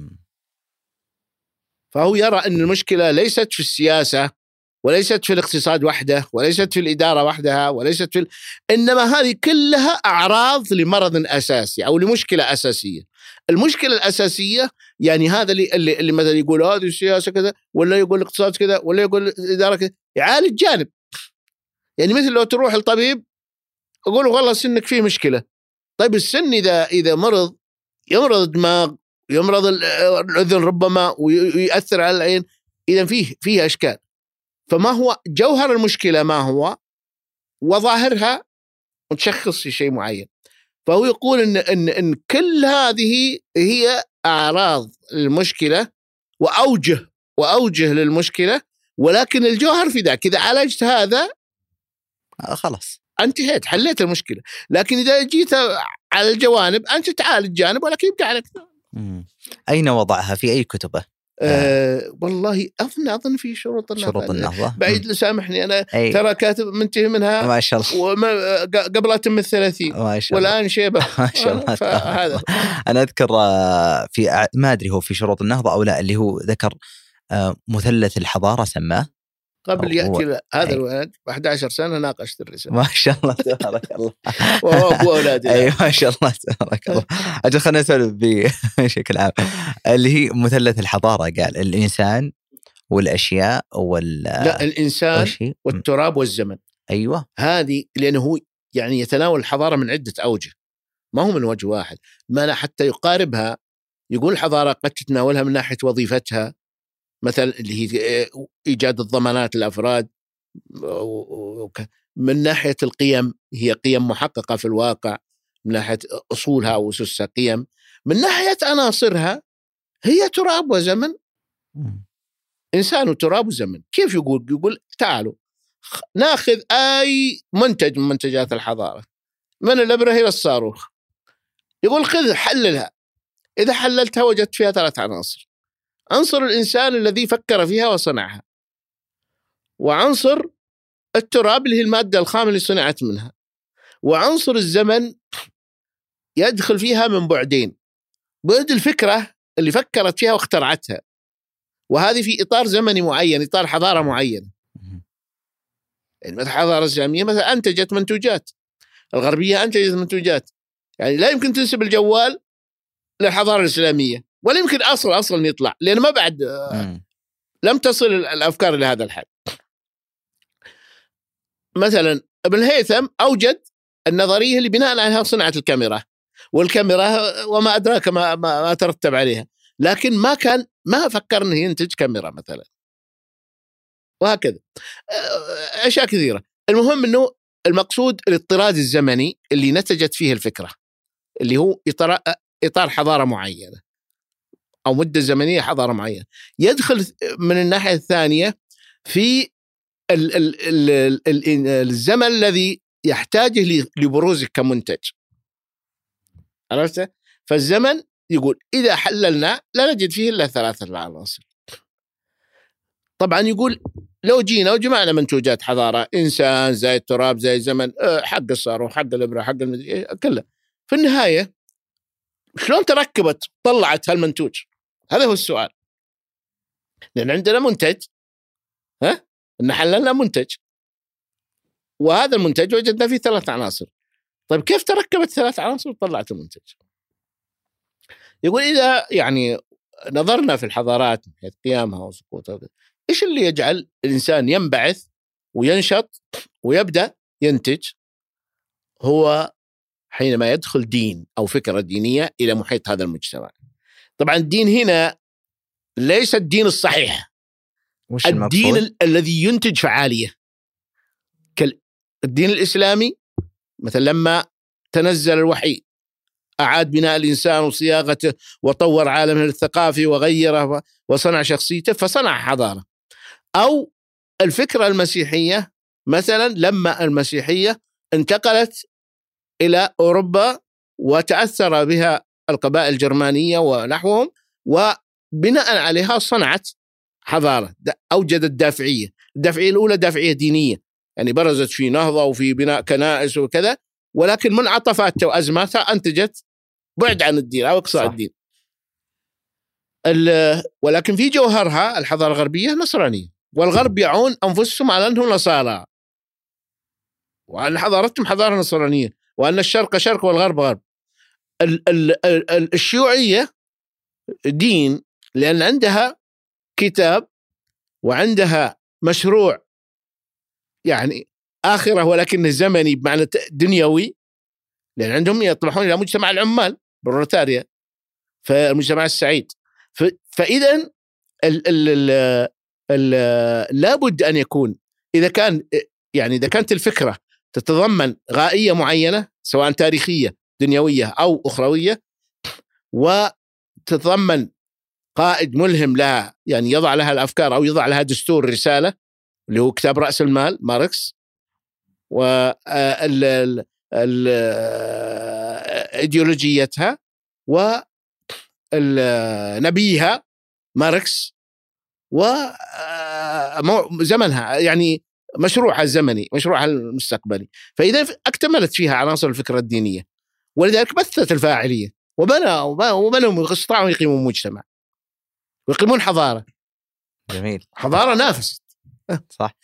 فهو يرى أن المشكلة ليست في السياسة، وليست في الاقتصاد وحده، وليست في الإدارة وحدها، وليست إنما هذه كلها أعراض لمرض أساسي أو لمشكلة أساسية. المشكلة الأساسية يعني هذا اللي مثلا يقول هذه السياسة كذا، ولا يقول الاقتصاد كذا، ولا يقول الإدارة كذا، يعالج جانب. يعني مثل لو تروح الطبيب يقول والله سنك فيه مشكلة، طيب السن إذا مرض، يمرض الدماغ، يمرض الأذن ربما، ويؤثر على العين، إذا فيه أشكال. فما هو جوهر المشكلة، ما هو وظاهرها، وتشخص في شيء معين. فهو يقول إن كل هذه هي أعراض المشكلة وأوجه للمشكلة، ولكن الجوهر في ذاك. إذا عالجت هذا خلاص انتهيت، حليت المشكلة. لكن إذا جيت على الجوانب أنت تعالج جانب، ولكن يبقى عليك. أين وضعها؟ في أي كتبه؟ والله أظن في شروط النهضة بعيد، سامحني أنا ترى كاتب منتهي منها ما شاء الله قبل أتم 30 والآن شيبة ما شاء الله. فهذا أنا أذكر في ما أدري هو في شروط النهضة أو لا، اللي هو ذكر مثلث الحضارة سماه قبل يأتي هذا الولد 11 سنة ناقشت الرسالة. ما شاء الله تبارك الله. وهو أبو أولادي. أي ما شاء الله تبارك الله. أجل خلنا نسولف بشكل عام اللي هي مثلث الحضارة. قال الإنسان والأشياء لا الإنسان والتراب والزمن. أيوة هذه لأنه يعني يتناول الحضارة من عدة أوجه، ما هو من وجه واحد. ما حتى يقاربها يقول الحضارة قد تتناولها من ناحية وظيفتها، مثلا اللي هي إيجاد الضمانات للأفراد، من ناحية القيم هي قيم محققة في الواقع، من ناحية أصولها وأسسها قيم، من ناحية عناصرها هي تراب وزمن. إنسان وتراب وزمن. كيف يقول تعالوا ناخذ أي منتج من منتجات الحضارة، من الإبرة إلى الصاروخ، يقول خذ حللها. إذا حللتها وجدت فيها 3 عناصر: عنصر الإنسان الذي فكر فيها وصنعها، وعنصر التراب اللي هي المادة الخام اللي صنعت منها، وعنصر الزمن يدخل فيها من بعدين: بعد الفكرة اللي فكرت فيها واخترعتها، وهذه في إطار زمني معين، إطار حضارة معين. يعني مثل الحضارة الإسلامية مثلا أنتجت منتوجات، الغربية أنتجت منتوجات. يعني لا يمكن تنسب الجوال للحضارة الإسلامية، ولا يمكن أصلا يطلع، لأن ما بعد لم تصل الأفكار لهذا الحد. مثلا ابن الهيثم أوجد النظرية اللي بناء عليها صنعت الكاميرا، والكاميرا وما أدراك ما ترتب عليها، لكن ما فكر أنه ينتج كاميرا مثلا، وهكذا أشياء كثيرة. المهم أنه المقصود الاضطراد الزمني اللي نتجت فيه الفكرة، اللي هو إطار حضارة معينة أو مدة زمنية حضارة معينة. يدخل من الناحية الثانية في الزمن الذي يحتاجه لبروزه كمنتج. عرفت؟ فالزمن يقول إذا حللنا لا نجد فيه إلا 3 عناصر. طبعا يقول لو جينا وجمعنا منتوجات حضارة، إنسان زي التراب زي الزمن حق الصاروخ حق الإبرة حق كله، في النهاية شلون تركبت طلعت هالمنتوج؟ هذا هو السؤال. لأن عندنا منتج، إن حللنا منتج، وهذا المنتج وجدنا فيه 3 عناصر. طيب كيف تركبت 3 عناصر وطلعت المنتج؟ يقول إذا يعني نظرنا في الحضارات من حيث قيامها وسقوطها، إيش اللي يجعل الإنسان ينبعث وينشط ويبدأ ينتج؟ هو حينما يدخل دين أو فكرة دينية إلى محيط هذا المجتمع. طبعا الدين هنا ليس الدين الصحيح، الدين الذي ينتج فعالية، كالدين الإسلامي مثلا لما تنزل الوحي أعاد بناء الإنسان وصياغته وطور عالمه الثقافي وغيره وصنع شخصيته فصنع حضارة. أو الفكرة المسيحية مثلا لما المسيحية انتقلت إلى أوروبا وتأثر بها القبائل الجرمانية ونحوهم، وبناء عليها صنعت حضارة، أوجدت الدافعية الأولى دافعية دينية، يعني برزت في نهضة وفي بناء كنائس وكذا، ولكن من عطفاتها وأزماتها أنتجت بعد عن الدين أو إقصاء الدين. ولكن في جوهرها الحضارة الغربية نصرانية، والغرب يعون أنفسهم على أنهم نصارى، وأن حضارتهم حضارة نصرانية، وأن الشرق شرق والغرب غرب. الشيوعية دين لأن عندها كتاب وعندها مشروع يعني آخرة ولكنه زمني بمعنى دنيوي، لأن عندهم يطمحون إلى مجتمع العمال برولتاريا، فالمجتمع السعيد. فإذا لابد أن يكون إذا كانت الفكرة تتضمن غائية معينة سواء تاريخية دنيوية أو أخروية، وتتضمن قائد ملهم لها يعني يضع لها الأفكار أو يضع لها دستور رسالة اللي هو كتاب رأس المال ماركس، وإيديولوجيتها ونبيها ماركس وزمنها، يعني مشروعها الزمني، مشروعها المستقبلي. فإذا اكتملت فيها عناصر الفكرة الدينية، ولذلك بثت الفاعلية وبنوا استطاعوا يقيمون مجتمع ويقيمون حضارة. جميل. حضارة نافست. صح.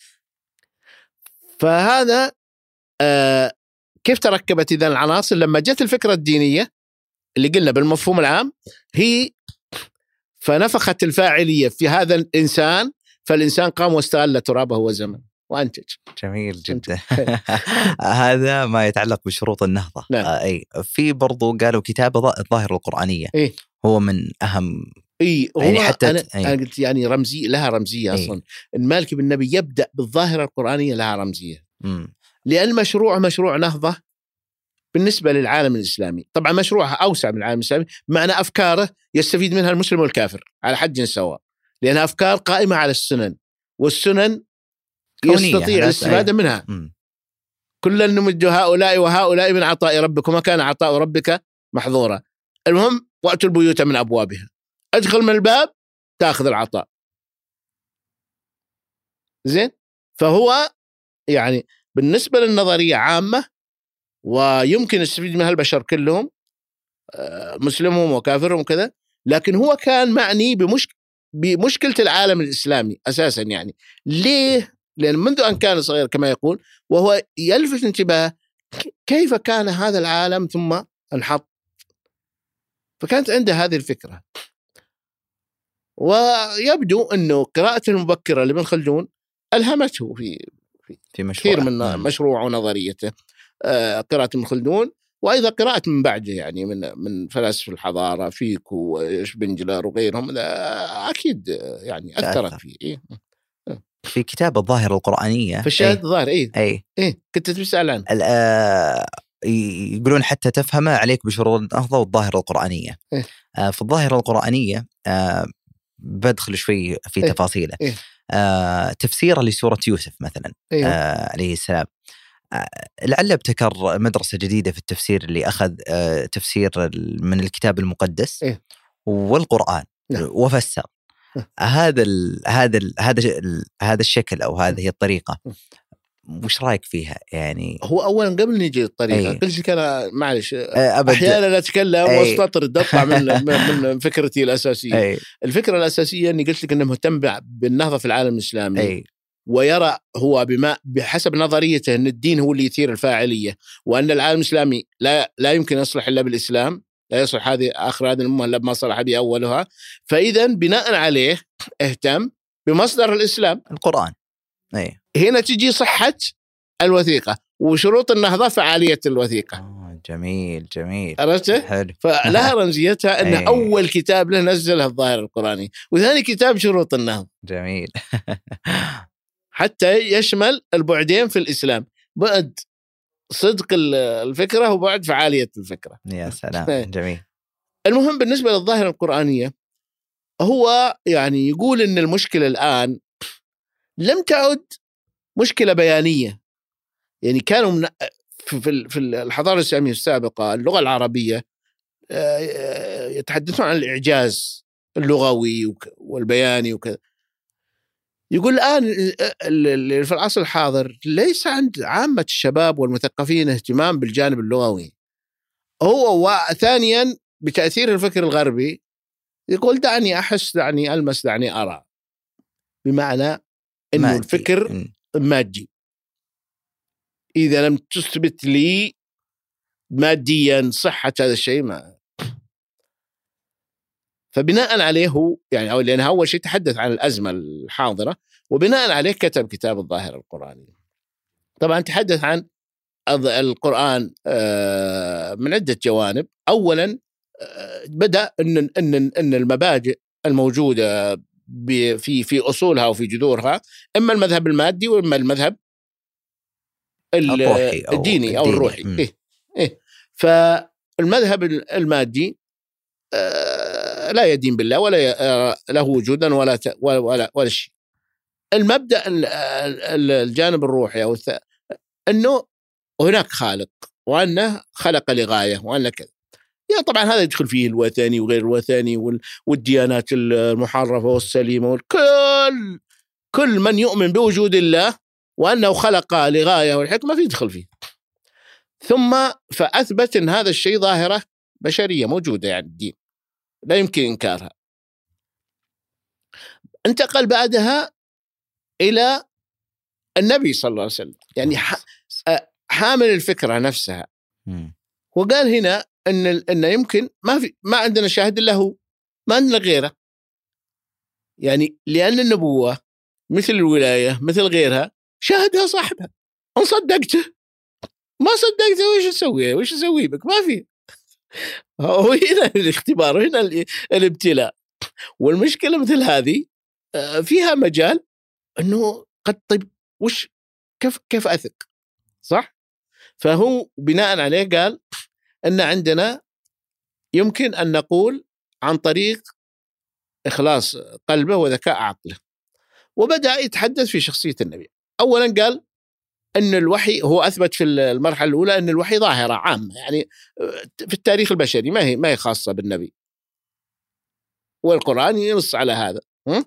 فهذا كيف تركبت إذا العناصر لما جت الفكرة الدينية اللي قلنا بالمفهوم العام، هي فنفخت الفاعلية في هذا الإنسان، فالإنسان قام واستغل ترابه وزمن وأنتج. جميل جدا. هذا ما يتعلق بشروط النهضة. نعم. أي في برضو قالوا كتاب الظاهرة القرآنية هو من أهم. يعني حتى أنا قلت يعني رمزي، لها رمزية أصلا. المالكي بن نبي يبدأ بالظاهرة القرآنية، لها رمزية. لأن مشروع نهضة بالنسبة للعالم الإسلامي. طبعا مشروعها أوسع من العالم الإسلامي، معنى أفكاره يستفيد منها المسلم والكافر على حد سواء، لأنها أفكار قائمة على السنن، والسنن يستطيع الاستفادة منها. كلا نمد هؤلاء وهؤلاء من عطاء ربك وما كان عطاء ربك محظورا. المهم وأتوا البيوت من أبوابها، أدخل من الباب تأخذ العطاء. زين. فهو يعني بالنسبة للنظرية عامة، ويمكن يستفيد منها البشر كلهم، مسلمهم وكافرهم وكذا. لكن هو كان معني بمشكلة العالم الإسلامي أساسا. يعني ليه؟ لأن منذ أن كان صغير كما يقول، وهو يلفت انتباه كيف كان هذا العالم ثم انحط. فكانت عنده هذه الفكرة. ويبدو أنه قراءة المبكرة لابن خلدون ألهمته في كثير من مشروع ونظريته. قراءة ابن خلدون، وأيضا قراءة من بعده، يعني من فلاسفة الحضارة فيكو وشبنجلر وغيرهم، أكيد يعني أثرت فيه. في كتاب الظاهرة القرآنية في الشاهد الظاهر. إيه كنت تسأل عنه. يقولون حتى تفهم عليك بشروط النهضة والظاهرة القرآنية. في الظاهرة القرآنية بدخل شوي في تفاصيله. تفسيره لسورة يوسف مثلا عليه السلام. لعل ابتكر مدرسة جديدة في التفسير اللي أخذ تفسير من الكتاب المقدس والقرآن وفسر هذا الشكل أو هذه الطريقة. وش رأيك فيها؟ يعني هو أولا قبل نيجي الطريقة قلت لك أنا معلش أحيانا أتكلم واستطرد أطلع من فكرتي الأساسية. الفكرة الأساسية أني قلت لك أنه مهتم بالنهضة في العالم الإسلامي. ويرى هو بحسب نظريته أن الدين هو اللي يثير الفاعلية، وأن العالم الإسلامي لا يمكن يصلح إلا بالإسلام، لا يصلح آخر هذه الأمة إلا بما صلح به أولها. فإذا بناء عليه اهتم بمصدر الإسلام القرآن. هنا تجي صحة الوثيقة وشروط النهضة، فعالية الوثيقة. جميل. عرفته؟ فلها رمزيتها أن أول كتاب له نزلها الظاهرة القرآنية، وثاني كتاب شروط النهضة. جميل. حتى يشمل البعدين في الإسلام، بعد صدق الفكرة وبعد فعالية الفكرة. يا سلام. جميل. المهم بالنسبة للظاهرة القرآنية، هو يعني يقول إن المشكلة الآن لم تعد مشكلة بيانية. يعني كانوا في الحضارة الإسلامية السابقة اللغة العربية يتحدثون عن الإعجاز اللغوي والبياني وكذا. يقول الآن في العصر الحاضر ليس عند عامة الشباب والمثقفين اهتمام بالجانب اللغوي. هو وثانيا بتأثير الفكر الغربي يقول دعني أحس، دعني ألمس، دعني أرى، بمعنى إنه الفكر مادي. إذا لم تثبت لي ماديا صحة هذا الشيء ما. فبناء عليه هو يعني، أو لأنه أول شيء تحدث عن الأزمة الحاضرة، وبناء عليه كتب كتاب الظاهرة القرآنية. طبعا تحدث عن القرآن من عدة جوانب. أولا بدأ أن المبادئ الموجودة في أصولها وفي جذورها إما المذهب المادي وإما المذهب الديني أو الروحي. فالمذهب المادي لا يدين بالله ولا له وجودا ولا شيء. المبدأ الجانب الروحي أو أنه هناك خالق، وأنه خلق لغاية، وأنه كذا. يا طبعا هذا يدخل فيه الوثني وغير الوثني والديانات المحرفة والسليمة كل من يؤمن بوجود الله وأنه خلق لغاية والحكمة يدخل فيه. ثم فأثبت أن هذا الشيء ظاهرة بشرية موجودة، يعني الدين لا يمكن إنكارها. انتقل بعدها إلى النبي صلى الله عليه وسلم، يعني حامل الفكرة نفسها، وقال هنا أن يمكن ما عندنا شاهد إلا هو، ما عندنا غيره، يعني لأن النبوة مثل الولاية مثل غيرها شاهدها صاحبها، إن صدقته ما صدقته وش أسوي بك، ما في. هو هنا الاختبار، هنا الابتلاء. والمشكلة مثل هذه فيها مجال أنه قد طيب وش كيف أثق، صح؟ فهو بناء عليه قال أن عندنا يمكن أن نقول عن طريق إخلاص قلبه وذكاء عقله. وبدأ يتحدث في شخصية النبي. أولا قال أن الوحي، هو أثبت في المرحلة الأولى أن الوحي ظاهرة عامة يعني في التاريخ البشري، ما هي خاصة بالنبي، والقرآن ينص على هذا.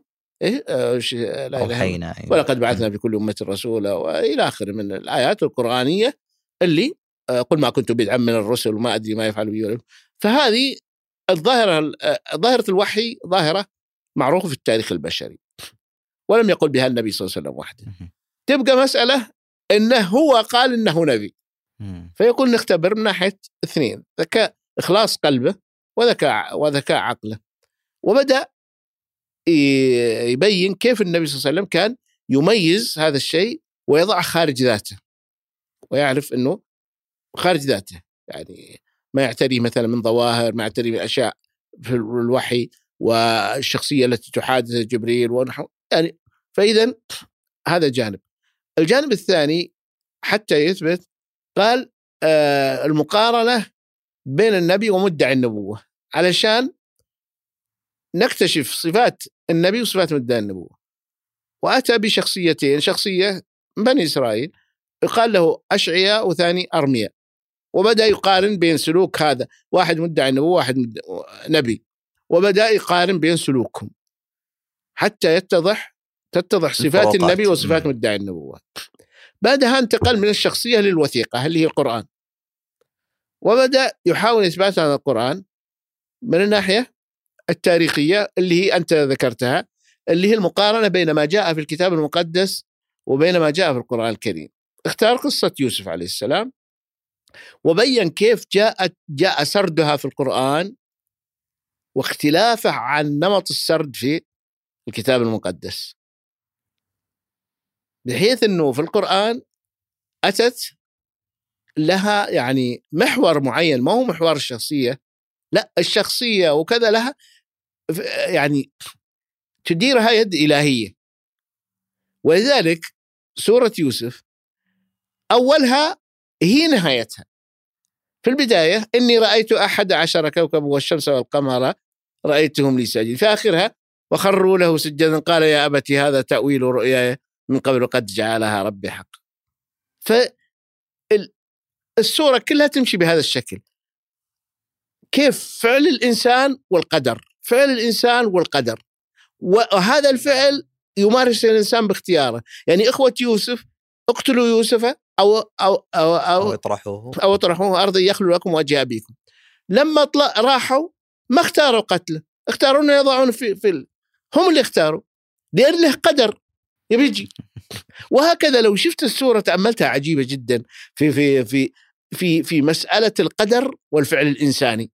لا إله ولقد بعثنا في كل أمة رسولا وإلى آخر من الآيات القرآنية اللي قل ما كنت بدعا من الرسل وما أدري ما يفعل بي. فهذه ظاهرة الوحي ظاهرة معروفة في التاريخ البشري، ولم يقل بها النبي صلى الله عليه وسلم وحده. تبقى مسألة إنه هو قال إنه نبي، فيقول نختبر من ناحية اثنين: ذكاء إخلاص قلبه وذكاء عقله. وبدأ يبين كيف النبي صلى الله عليه وسلم كان يميز هذا الشيء ويضع خارج ذاته، ويعرف أنه خارج ذاته، يعني ما يعتري مثلا من ظواهر، ما يعتري من أشياء في الوحي والشخصية التي تحادث جبريل ونحو يعني. فإذا هذا جانب. الجانب الثاني حتى يثبت قال المقارنة بين النبي ومدعي النبوة، علشان نكتشف صفات النبي وصفات مدعي النبوة. وأتى بشخصيتين: شخصية بني إسرائيل يقال له أشعياء وثاني أرمياء، وبدأ يقارن بين سلوك هذا، واحد مدعي النبوة واحد نبي، وبدأ يقارن بين سلوكهم حتى تتضح صفات النبي وصفات مدعي النبوة. بعدها انتقل من الشخصية للوثيقة اللي هي القرآن، وبدأ يحاول إثبات هذا القرآن من الناحية التاريخية اللي هي أنت ذكرتها، اللي هي المقارنة بين ما جاء في الكتاب المقدس وبين ما جاء في القرآن الكريم. اختار قصة يوسف عليه السلام وبين كيف جاء سردها في القرآن واختلافه عن نمط السرد في الكتاب المقدس، بحيث أنه في القرآن أتت لها يعني محور معين، ما هو محور الشخصية، لا الشخصية وكذا لها يعني تديرها يد إلهية. ولذلك سورة يوسف أولها هي نهايتها. في البداية: إني رأيت 11 كوكبا والشمس والقمر رأيتهم لي ساجدين. في آخرها: وخروا له سجدا قال يا أبت هذا تأويل رؤياي من قبل قد جعلها ربي حق. فالسورة كلها تمشي بهذا الشكل، كيف فعل الإنسان والقدر، فعل الإنسان والقدر، وهذا الفعل يمارس الإنسان باختياره. يعني إخوة يوسف: اقتلوا يوسف أو اطرحوه أرضا يخلو لكم وجه أبيكم. لما راحوا ما اختاروا قتله، اختاروا أن يضعون في هم اللي اختاروا، لأن له قدر يبيجي. وهكذا لو شفت السورة تأملتها عجيبة جدا في في في في في مسألة القدر والفعل الإنساني،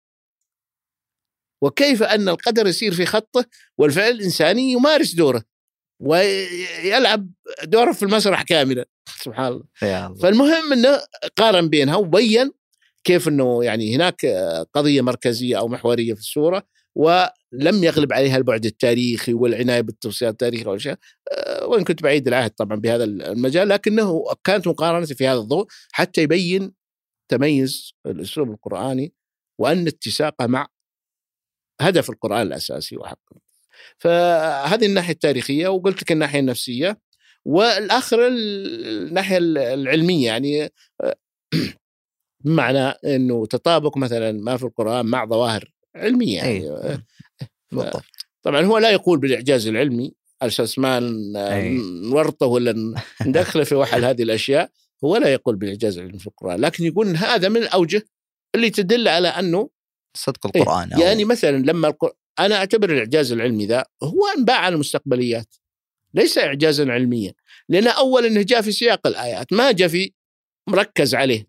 وكيف أن القدر يسير في خطه والفعل الإنساني يمارس دوره ويلعب دوره في المسرح كاملا. سبحان الله. فالمهم أنه قارن بينها وبين كيف أنه يعني هناك قضية مركزية أو محورية في السورة، ولم يغلب عليها البعد التاريخي والعناية بالتفصيل التاريخي والأشياء، وإن كنت بعيد العهد طبعا بهذا المجال، لكنه كانت مقارنة في هذا الضوء حتى يبين تميز الأسلوب القرآني وأن اتساقه مع هدف القرآن الأساسي وحقه. فهذه الناحية التاريخية، وقلت لك الناحية النفسية، والآخر الناحية العلمية. يعني بمعنى أنه تطابق مثلا ما في القرآن مع ظواهر علمية يعني. بالضبط. طبعا هو لا يقول بالإعجاز العلمي على أساس ما نورطه ولا ندخله في وحل هذه الأشياء. هو لا يقول بالإعجاز العلمي في القرآن، لكن يقول إن هذا من الأوجه اللي تدل على أنه صدق القرآن. يعني مثلا لما أنا أعتبر الإعجاز العلمي ذا هو انباع عن المستقبليات، ليس إعجازا علميا، لأن أولا إنه جاء في سياق الآيات، ما جاء في مركز عليه.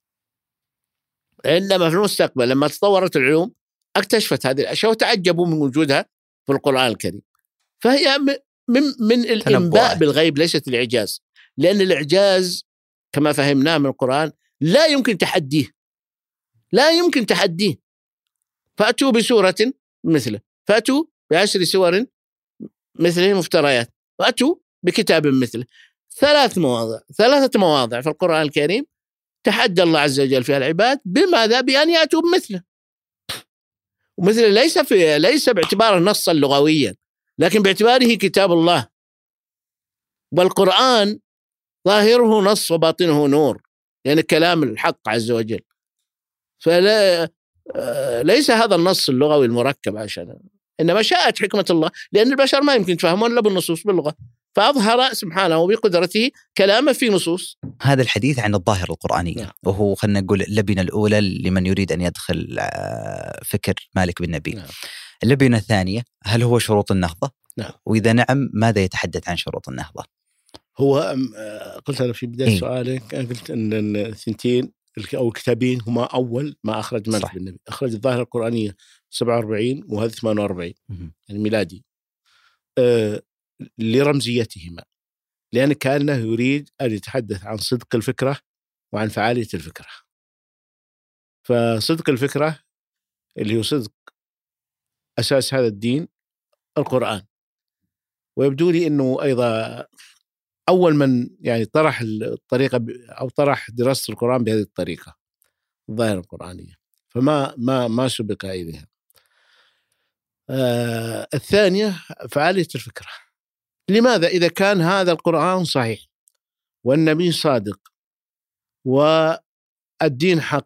إنما في المستقبل لما تطورت العلوم اكتشفت هذه الأشياء وتعجبوا من وجودها في القرآن الكريم. فهي من الإنباء بالغيب، ليست الإعجاز، لأن الإعجاز كما فهمناه من القرآن لا يمكن تحديه، لا يمكن تحديه. فأتوا بسورة مثله، فأتوا ب10 سور مثله مفتريات، وأتوا بكتاب مثله. 3 مواضع في القرآن الكريم تحدى الله عز وجل فيها العباد بماذا؟ بأن يأتوا بمثله. ومثله ليس باعتباره نصا لغويا، لكن باعتباره كتاب الله. والقرآن ظاهره نص وباطنه نور، يعني كلام الحق عز وجل. فلا ليس هذا النص اللغوي المركب عشان، إنما شاءت حكمة الله، لأن البشر ما يمكن تفهمون إلا بالنصوص باللغة، فأظهر سبحانه بقدرته كلامه في نصوص. هذا الحديث عن الظاهر القرآنية، وهو خلنا نقول اللبنة الأولى لمن يريد أن يدخل فكر مالك بن نبي. اللبنة الثانية، هل هو شروط النهضة؟ وإذا نعم ماذا يتحدث عن شروط النهضة؟ هو قلت أنا في بداية سؤالك، قلت أن الثنتين أو كتابين هما أول ما أخرج مالك بن نبي. أخرج الظاهرة القرآنية 47 وهذا 48 يعني ميلادي، لرمزيتهما، لأن كأنه يريد أن يتحدث عن صدق الفكرة وعن فعالية الفكرة. فصدق الفكرة اللي هو صدق أساس هذا الدين القرآن. ويبدو لي أنه أيضا أول من يعني طرح الطريقة أو طرح دراسة القرآن بهذه الطريقة، الظاهرة القرآنية، فما سبق إليها. الثانية فعالية الفكرة. لماذا إذا كان هذا القرآن صحيح والنبي صادق والدين حق،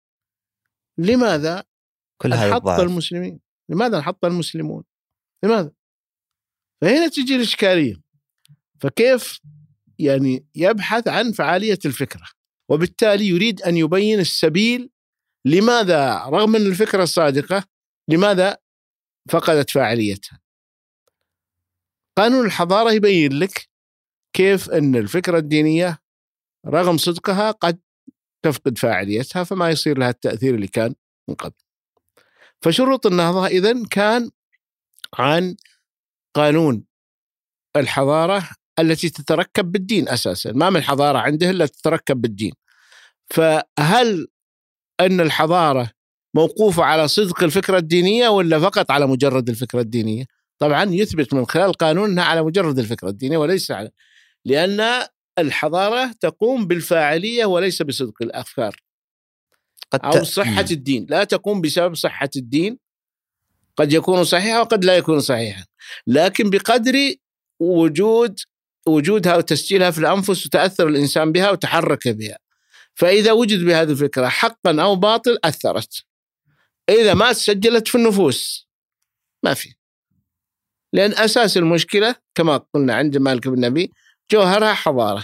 لماذا انحط المسلمين؟ لماذا انحط المسلمون؟ لماذا؟ فهنا تجي الإشكالية. فكيف يعني يبحث عن فعالية الفكرة، وبالتالي يريد أن يبين السبيل لماذا رغم أن الفكرة الصادقة لماذا فقدت فاعليتها. قانون الحضارة يبين لك كيف أن الفكرة الدينية رغم صدقها قد تفقد فاعليتها، فما يصير لها التأثير اللي كان من قبل. فشروط النهضة إذن كان عن قانون الحضارة التي تتركب بالدين أساسا، ما من حضارة عنده إلا تتركب بالدين. فهل أن الحضارة موقوفة على صدق الفكرة الدينية ولا فقط على مجرد الفكرة الدينية؟ طبعا يثبت من خلال القانون أنها على مجرد الفكرة الدينية وليس على، لأن الحضارة تقوم بالفاعلية وليس بصدق الأفكار أو صحة الدين. لا تقوم بسبب صحة الدين، قد يكون صحيحا وقد لا يكون صحيحا، لكن بقدر وجودها وتسجيلها في الأنفس وتأثر الإنسان بها وتحرك بها. فإذا وجد بهذه الفكرة حقا أو باطل أثرت، إذا ما سجلت في النفوس ما في. لأن أساس المشكلة كما قلنا عند مالك بن نبي جوهرها حضارة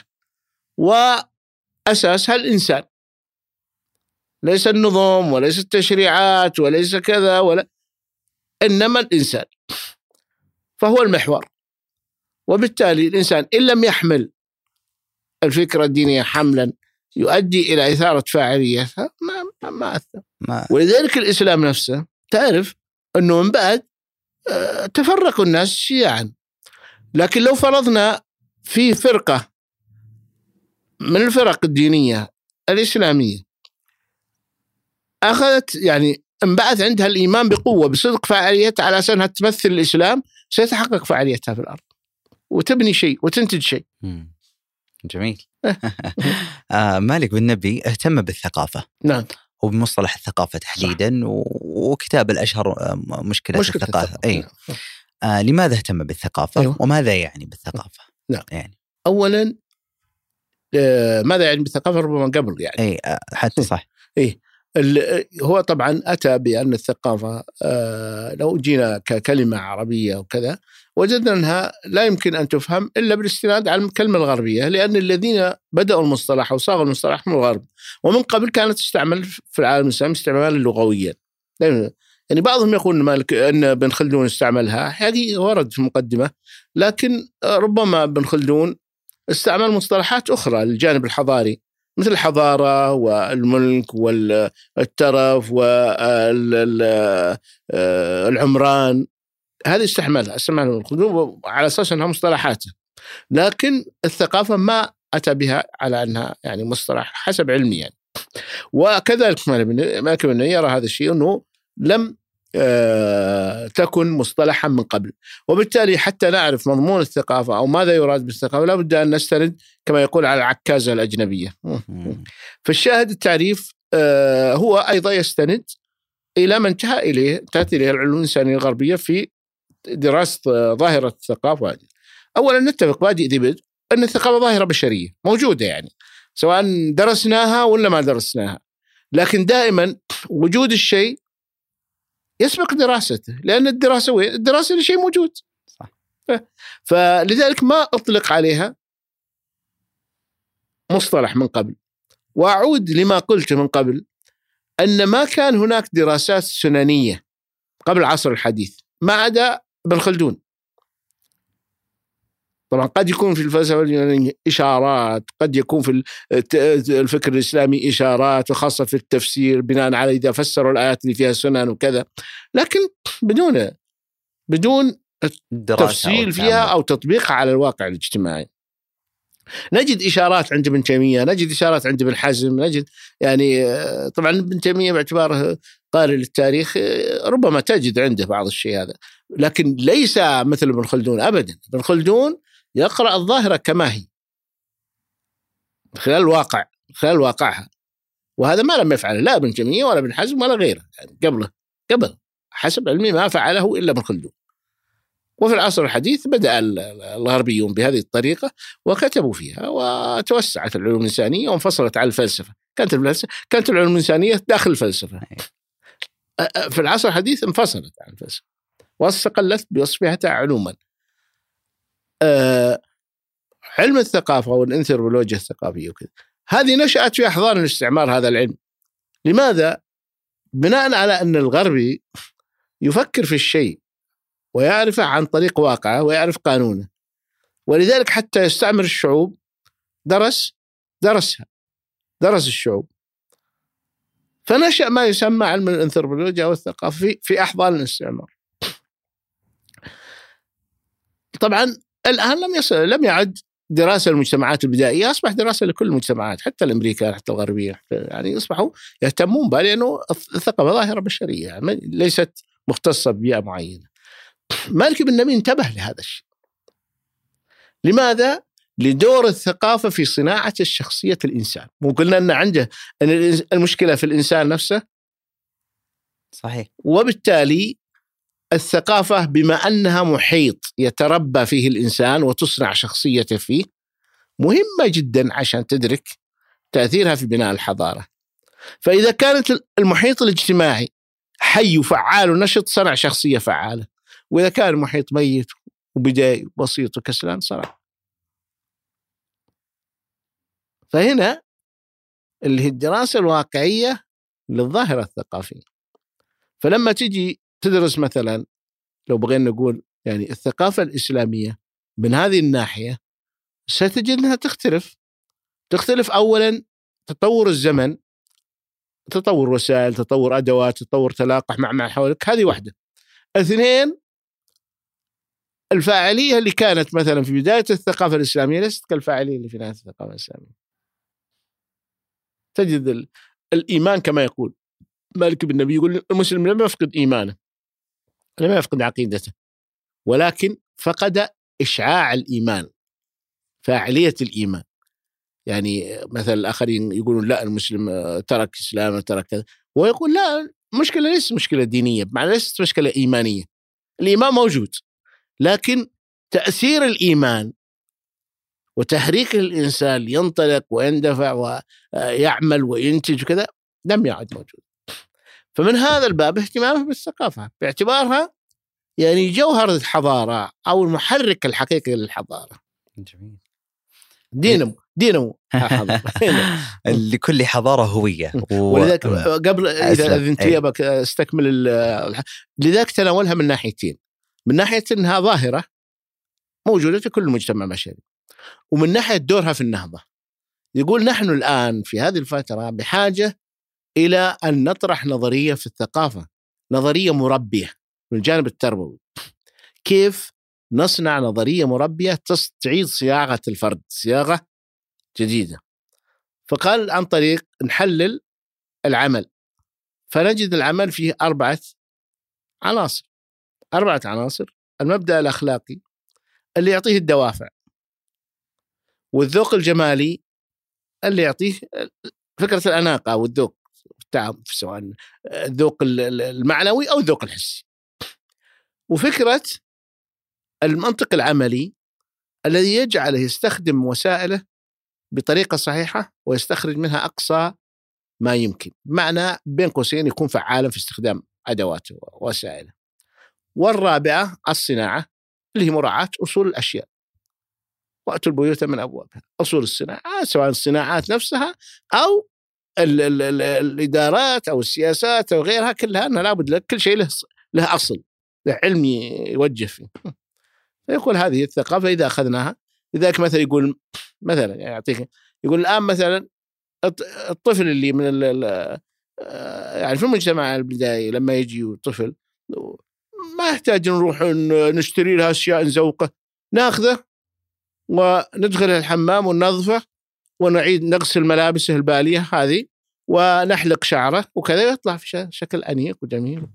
وأساسها الإنسان، ليس النظام وليس التشريعات وليس كذا ولا، إنما الإنسان فهو المحور. وبالتالي الإنسان إن لم يحمل الفكرة الدينية حملا يؤدي إلى إثارة فاعليتها ما أثر. ولذلك الإسلام نفسه تعرف أنه من بعد تفرقوا الناس شيعا، لكن لو فرضنا في فرقة من الفرق الدينية الإسلامية أخذت يعني انبعث عندها الإيمان بقوة بصدق فاعليتها على أساس أنها تمثل الإسلام، سيتحقق فاعليتها في الأرض وتبني شيء وتنتج شيء. جميل. مالك بن نبي اهتم بالثقافة. نعم. وبمصطلح الثقافة تحديدا وكتاب الأشهر مشكلة الثقافة. أي. لماذا اهتم بالثقافة؟ أيوه. وماذا يعني بالثقافة؟ نعم. يعني أولا ماذا يعني بالثقافة ربما قبل يعني. أي حتى صح. إيه هو طبعا أتى بأن الثقافة لو جينا ككلمة عربية وكذا وجدنا أنها لا يمكن أن تفهم إلا بالاستناد على الكلمة الغربية، لأن الذين بدأوا المصطلح أو صاغوا المصطلح من الغرب، ومن قبل كانت تستعمل في العالم الإسلامي استعمالا لغويا. يعني بعضهم يقول أن ابن خلدون استعملها، حقيقة ورد في المقدمة، لكن ربما ابن خلدون استعمل مصطلحات أخرى للجانب الحضاري، مثل الحضارة والملك والترف والعمران، هذه استعملها ابن خلدون على أساس أنها مصطلحاته، لكن الثقافة ما أتى بها على أنها يعني مصطلح حسب علمي يعني. وكذلك مالك بن يرى هذا الشيء أنه لم تكن مصطلحا من قبل، وبالتالي حتى نعرف مضمون الثقافة أو ماذا يراد بالثقافة لا بد أن نستند كما يقول على العكازة الأجنبية. فالشاهد التعريف هو أيضا يستند إلى ما انتهت إليه العلوم الإنسانية الغربية في دراسة ظاهرة الثقافة. أولا نتفق بادئ ذي بدء أن الثقافة ظاهرة بشرية موجودة، يعني سواء درسناها ولا ما درسناها، لكن دائما وجود الشيء يسبق دراسته، لأن الدراسة لشيء موجود. صح. فلذلك ما أطلق عليها مصطلح من قبل. وأعود لما قلت من قبل أن ما كان هناك دراسات سنانية قبل العصر الحديث ما عدا ابن خلدون. طبعا قد يكون في الفلسفة اليونانية إشارات، قد يكون في الفكر الإسلامي إشارات، وخاصة في التفسير بناء على إذا فسروا الآيات اللي فيها سنن وكذا، لكن بدون تفصيل فيها أو تطبيقها على الواقع الاجتماعي. نجد إشارات عند ابن تيمية، نجد إشارات عند ابن حزم، نجد يعني طبعا ابن تيمية باعتباره قارئ للتاريخ ربما تجد عنده بعض الشيء هذا، لكن ليس مثل ابن خلدون أبدا. ابن خلدون يقرأ الظاهرة كما هي خلال الواقع، خلال واقعها، وهذا ما لم يفعله لا ابن تيمية ولا ابن حزم ولا غيره، يعني قبل حسب علمي ما فعله إلا ابن خلدون. وفي العصر الحديث بدأ الغربيون بهذه الطريقة وكتبوا فيها، وتوسعت العلوم الإنسانية وانفصلت عن الفلسفة. كانت العلوم الإنسانية داخل الفلسفة، في العصر الحديث انفصلت عن الفلسفة واستقلت بوصفها علوما. علم الثقافة والأنثروبولوجيا الثقافية وكذا هذه نشأت في أحضان الاستعمار هذا العلم. لماذا؟ بناء على أن الغربي يفكر في الشيء ويعرفه عن طريق واقعه ويعرف قانونه، ولذلك حتى يستعمر الشعوب درس الشعوب، فنشأ ما يسمى علم الأنثروبولوجيا والثقافة في أحضان الاستعمار. طبعا الآن لم يعد دراسة المجتمعات البدائية، أصبح دراسة لكل المجتمعات، حتى الأمريكان حتى الغربية، يعني أصبحوا يهتمون بها، لأنه الثقافة ظاهرة بشرية يعني ليست مختصة ببيئة معينة. مالك بن نبي انتبه لهذا الشيء. لماذا؟ لدور الثقافة في صناعة الشخصية الإنسان. مو قلنا أن عنده أن المشكلة في الإنسان نفسه؟ صحيح. وبالتالي الثقافة بما أنها محيط يتربى فيه الإنسان وتصنع شخصيته فيه مهمة جدا عشان تدرك تأثيرها في بناء الحضارة. فإذا كانت المحيط الاجتماعي حي وفعال ونشط صنع شخصية فعالة، وإذا كان المحيط ميت وبدائي بسيط وكسلان صنع. فهنا اللي هي الدراسة الواقعية للظاهرة الثقافية. فلما تجي تدرس مثلا لو بغينا نقول يعني الثقافة الإسلامية من هذه الناحية، ستجد أنها تختلف أولا تطور الزمن، تطور وسائل، تطور أدوات، تطور تلاقح مع حولك، هذه واحدة. اثنين، الفاعلية اللي كانت مثلا في بداية الثقافة الإسلامية ليست كالفاعلية اللي في نهاية الثقافة الإسلامية. تجد الإيمان كما يقول مالك بن نبي، يقول المسلم لم يفقد إيمانه، لم يفقد عقيدته، ولكن فقد إشعاع الإيمان، فاعلية الإيمان. يعني مثلا الآخرين يقولون لا المسلم ترك إسلام ترك كذا، ويقول لا، مشكلة ليست مشكلة دينية، بمعنى ليست مشكلة إيمانية. الإيمان موجود، لكن تأثير الإيمان وتحريك الإنسان ينطلق ويندفع ويعمل وينتج وكذا لم يعد موجود. فمن هذا الباب اهتمامه بالثقافة باعتبارها يعني جوهر الحضارة أو المحرك الحقيقي للحضارة. جميل. دينمو لكل حضارة هوية. ولذلك قبل إذا أذنت لي استكمل لذلك تناولها من ناحيتين، من ناحية أنها ظاهرة موجودة في كل مجتمع بشري، ومن ناحية دورها في النهضة. يقول نحن الآن في هذه الفترة بحاجة إلى أن نطرح نظرية في الثقافة، نظرية مربية من الجانب التربوي. كيف نصنع نظرية مربية تعيد صياغة الفرد صياغة جديدة؟ فقال عن طريق نحلل العمل، فنجد العمل فيه 4 عناصر. 4 عناصر: المبدأ الأخلاقي اللي يعطيه الدوافع، والذوق الجمالي اللي يعطيه فكرة الأناقة والذوق التعب، سواء الذوق المعنوي أو الذوق الحسي، وفكرة المنطق العملي الذي يجعله يستخدم وسائله بطريقة صحيحة ويستخرج منها أقصى ما يمكن، معنى بين قوسين يكون فعالا في استخدام أدواته ووسائله. والرابعة الصناعة اللي هي مراعاة أصول الأشياء، وأتوا البيوت من أبوابها. أصول الصناعة سواء الصناعات نفسها أو الإدارات أو السياسات أو غيرها، كلها أنها لابد كل شيء له أصل، له علم يوجه فيه. فيقول هذه الثقافة إذا أخذناها، لذلك مثلا يقول مثلا يعطيك، يقول الآن مثلا الطفل اللي من يعني في المجتمع البدائي لما يجي طفل ما يحتاج نروح نشتري له أشياء نزوقه، ناخذه وندخله الحمام وننظفه ونعيد نغسل ملابسه البالية هذه ونحلق شعره وكذا، يطلع في شكل أنيق وجميل.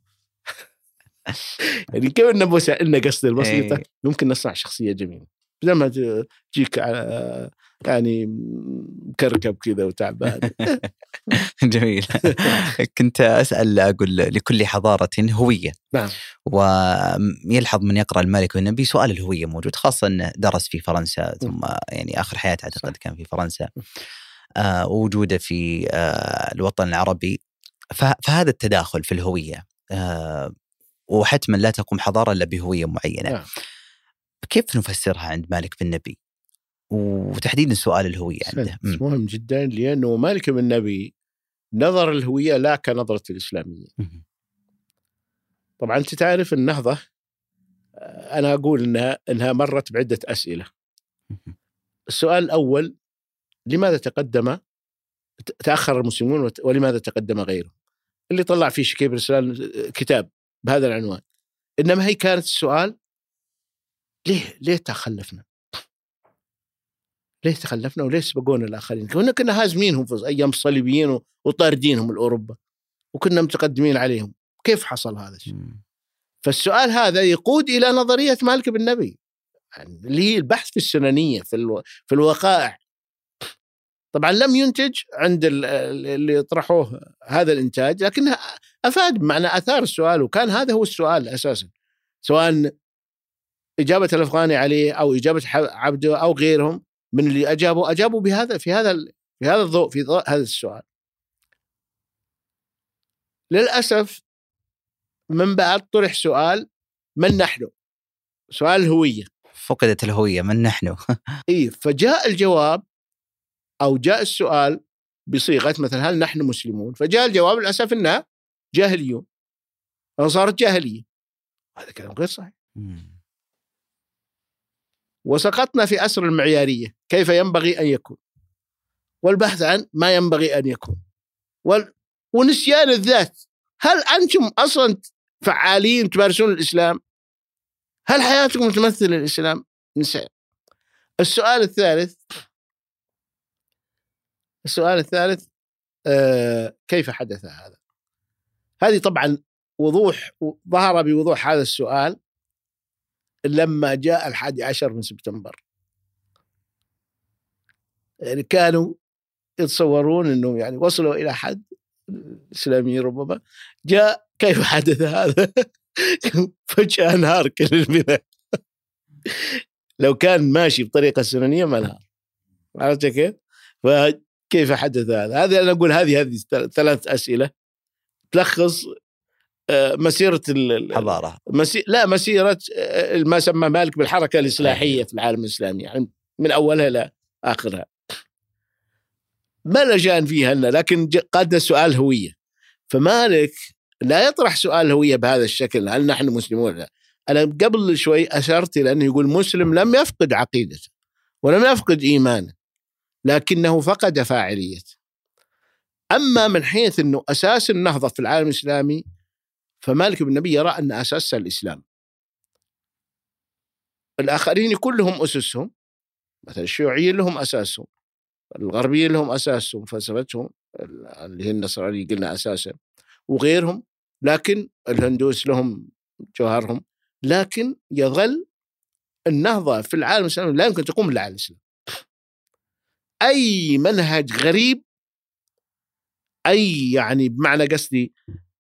يعني كيف نبوسها إن قصد البسيطة ممكن نصنع شخصية جميلة لما تجيك يعني مكركب كذا وتعبان. جميل. كنت أسأل أقول لكل حضارة هوية. نعم. ويلحظ من يقرأ المالك والنبي سؤال الهوية موجود، خاصة أنه درس في فرنسا ثم يعني آخر حياته أعتقد كان في فرنسا، ووجوده في الوطن العربي. فهذا التداخل في الهوية، وحتما لا تقوم حضارة إلا بهوية معينة. كيف نفسرها عند مالك بن نبي، وتحديدا سؤال الهوية عنده؟ مهم جدا، لأنه مالك بن نبي نظر الهوية لا كنظرة الإسلامية. طبعا أنت تعرف النهضة، أنا أقول إنها مرت بعدة أسئلة. السؤال الأول: لماذا تأخر المسلمون ولماذا تقدم غيره؟ اللي طلع فيه شكيب رسالة كتاب بهذا العنوان. إنما هي كانت السؤال: ليه تخلفنا؟ ليه تخلفنا وليه سبقونا الآخرين؟ كنا هازمينهم في أيام الصليبيين وطاردينهم الأوروبا وكنا متقدمين عليهم، كيف حصل هذا الشيء؟ فالسؤال هذا يقود إلى نظرية مالك بن نبي، يعني اللي هي البحث في السننية في الوقائع. طبعا لم ينتج عند اللي يطرحوه هذا الإنتاج، لكنها أفاد بمعنى أثار السؤال، وكان هذا هو السؤال أساسا، سواء إجابة الأفغاني عليه أو إجابة عبده أو غيرهم من اللي أجابوا بهذا في هذا الضوء، في ضوء هذا السؤال. للأسف من بعد طرح سؤال: من نحن؟ سؤال الهوية، فقدت الهوية، من نحن؟ فجاء الجواب أو جاء السؤال بصيغة مثلا هل نحن مسلمون؟ فجاء الجواب للأسف إنها جاهليون أو صارت جاهلية. هذا كلام غير صحيح. وسقطنا في أسر المعيارية، كيف ينبغي أن يكون، والبحث عن ما ينبغي أن يكون، ونسيان الذات. هل أنتم أصلا فعالين تمارسون الإسلام؟ هل حياتكم تمثل الإسلام؟ نسيان. السؤال الثالث كيف حدث هذا؟ هذه طبعا ظهر بوضوح هذا السؤال لما جاء 11 من سبتمبر. يعني كانوا يتصورون أنهم يعني وصلوا إلى حد الإسلامي، ربما جاء كيف حدث هذا؟ فجأة انهار كل البلاد. لو كان ماشي بطريقة سننية ما انهار، عرفت كيف؟ كيف حدث هذا؟ هذه أنا أقول هذه 3 أسئلة تلخص مسيرة الحضارة. مسيرة ما سمى مالك بالحركة الإصلاحية في العالم الإسلامي، يعني من أولها لآخرها. ما لجان فيها لنا، لكن قد سؤال هوية. فمالك لا يطرح سؤال هوية بهذا الشكل، هل نحن مسلمون؟ لا. أنا قبل شوي أشرت إلى أنه يقول مسلم لم يفقد عقيدته ولم يفقد إيمانه، لكنه فقد فاعليته. أما من حيث أنه أساس النهضة في العالم الإسلامي، فمالك بن نبي يرى أن أساسها الإسلام. الآخرين كلهم أسسهم، مثلا الشيوعيين لهم أساسهم، الغربيين لهم أساسهم، فلسفتهم اللي هي النصرانية قلنا أساسا، وغيرهم، لكن الهندوس لهم جوهرهم. لكن يظل النهضة في العالم الإسلامي لا يمكن تقوم إلا على الإسلام. أي منهج غريب، أي يعني بمعنى قصدي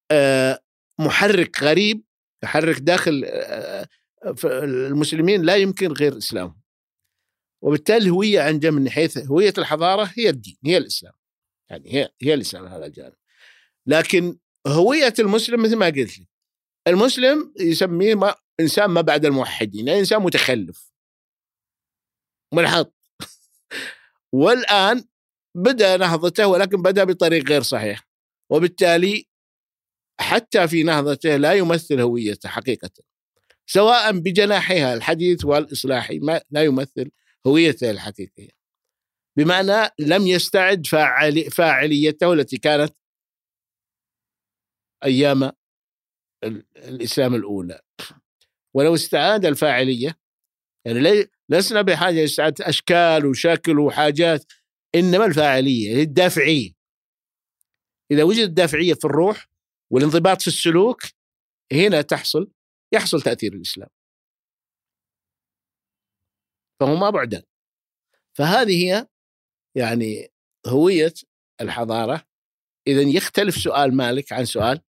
محرك غريب يحرك داخل المسلمين لا يمكن غير الإسلام. وبالتالي الهوية عندهم من حيث هوية الحضارة هي الدين، هي الإسلام، يعني هي الإسلام هذا الجانب. لكن هوية المسلم مثل ما قلت لي، المسلم يسميه إنسان ما بعد الموحدين، يعني إنسان متخلف منحط. والآن بدأ نهضته، ولكن بدأ بطريق غير صحيح، وبالتالي حتى في نهضته لا يمثل هويته حقيقة، سواء بجناحها الحديث والإصلاحي لا يمثل هويته الحقيقية، بمعنى لم يستعد فاعليته التي كانت أيام الإسلام الأولى. ولو استعاد الفاعلية، يعني لسنا بحاجة لاستعادة أشكال وشكل وحاجات، إنما الفاعلية هي الدافعية. إذا وجدت الدافعية في الروح والانضباط في السلوك، هنا يحصل تأثير الإسلام. فهما بعدان. فهذه هي يعني هوية الحضارة. إذن يختلف سؤال مالك عن سؤال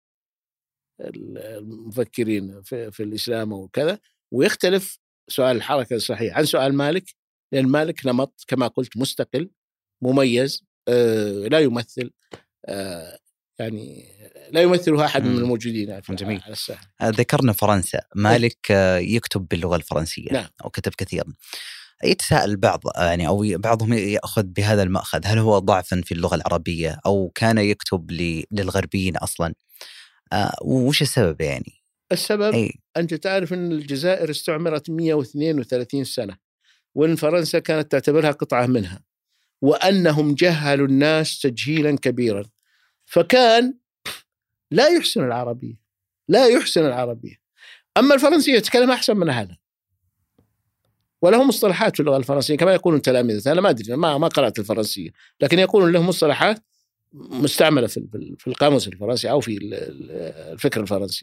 المفكرين في الإسلام وكذا، ويختلف سؤال الحركة الصحيحة عن سؤال مالك، لأن مالك نمط كما قلت مستقل مميز، لا يمثل يعني لا يمثله أحد من الموجودين. جميل. ذكرنا فرنسا، مالك يكتب باللغة الفرنسية. نعم. أو كتب كثيرا. يتساءل البعض يعني، أو بعضهم يأخذ بهذا المأخذ، هل هو ضعفا في اللغة العربية أو كان يكتب للغربيين أصلا؟ وش السبب يعني؟ السبب أنت تعرف أن الجزائر استعمرت 132 سنة، وأن فرنسا كانت تعتبرها قطعة منها، وأنهم جهلوا الناس تجهيلا كبيرا، فكان لا يحسن العربية. أما الفرنسية يتكلم أحسن من هذا، ولهم مصطلحات في اللغة الفرنسية كما يقولون تلاميذ. أنا ما أدري، ما قرأت الفرنسية، لكن يقولون لهم مصطلحات مستعملة في القاموس الفرنسي أو في الفكر الفرنسي.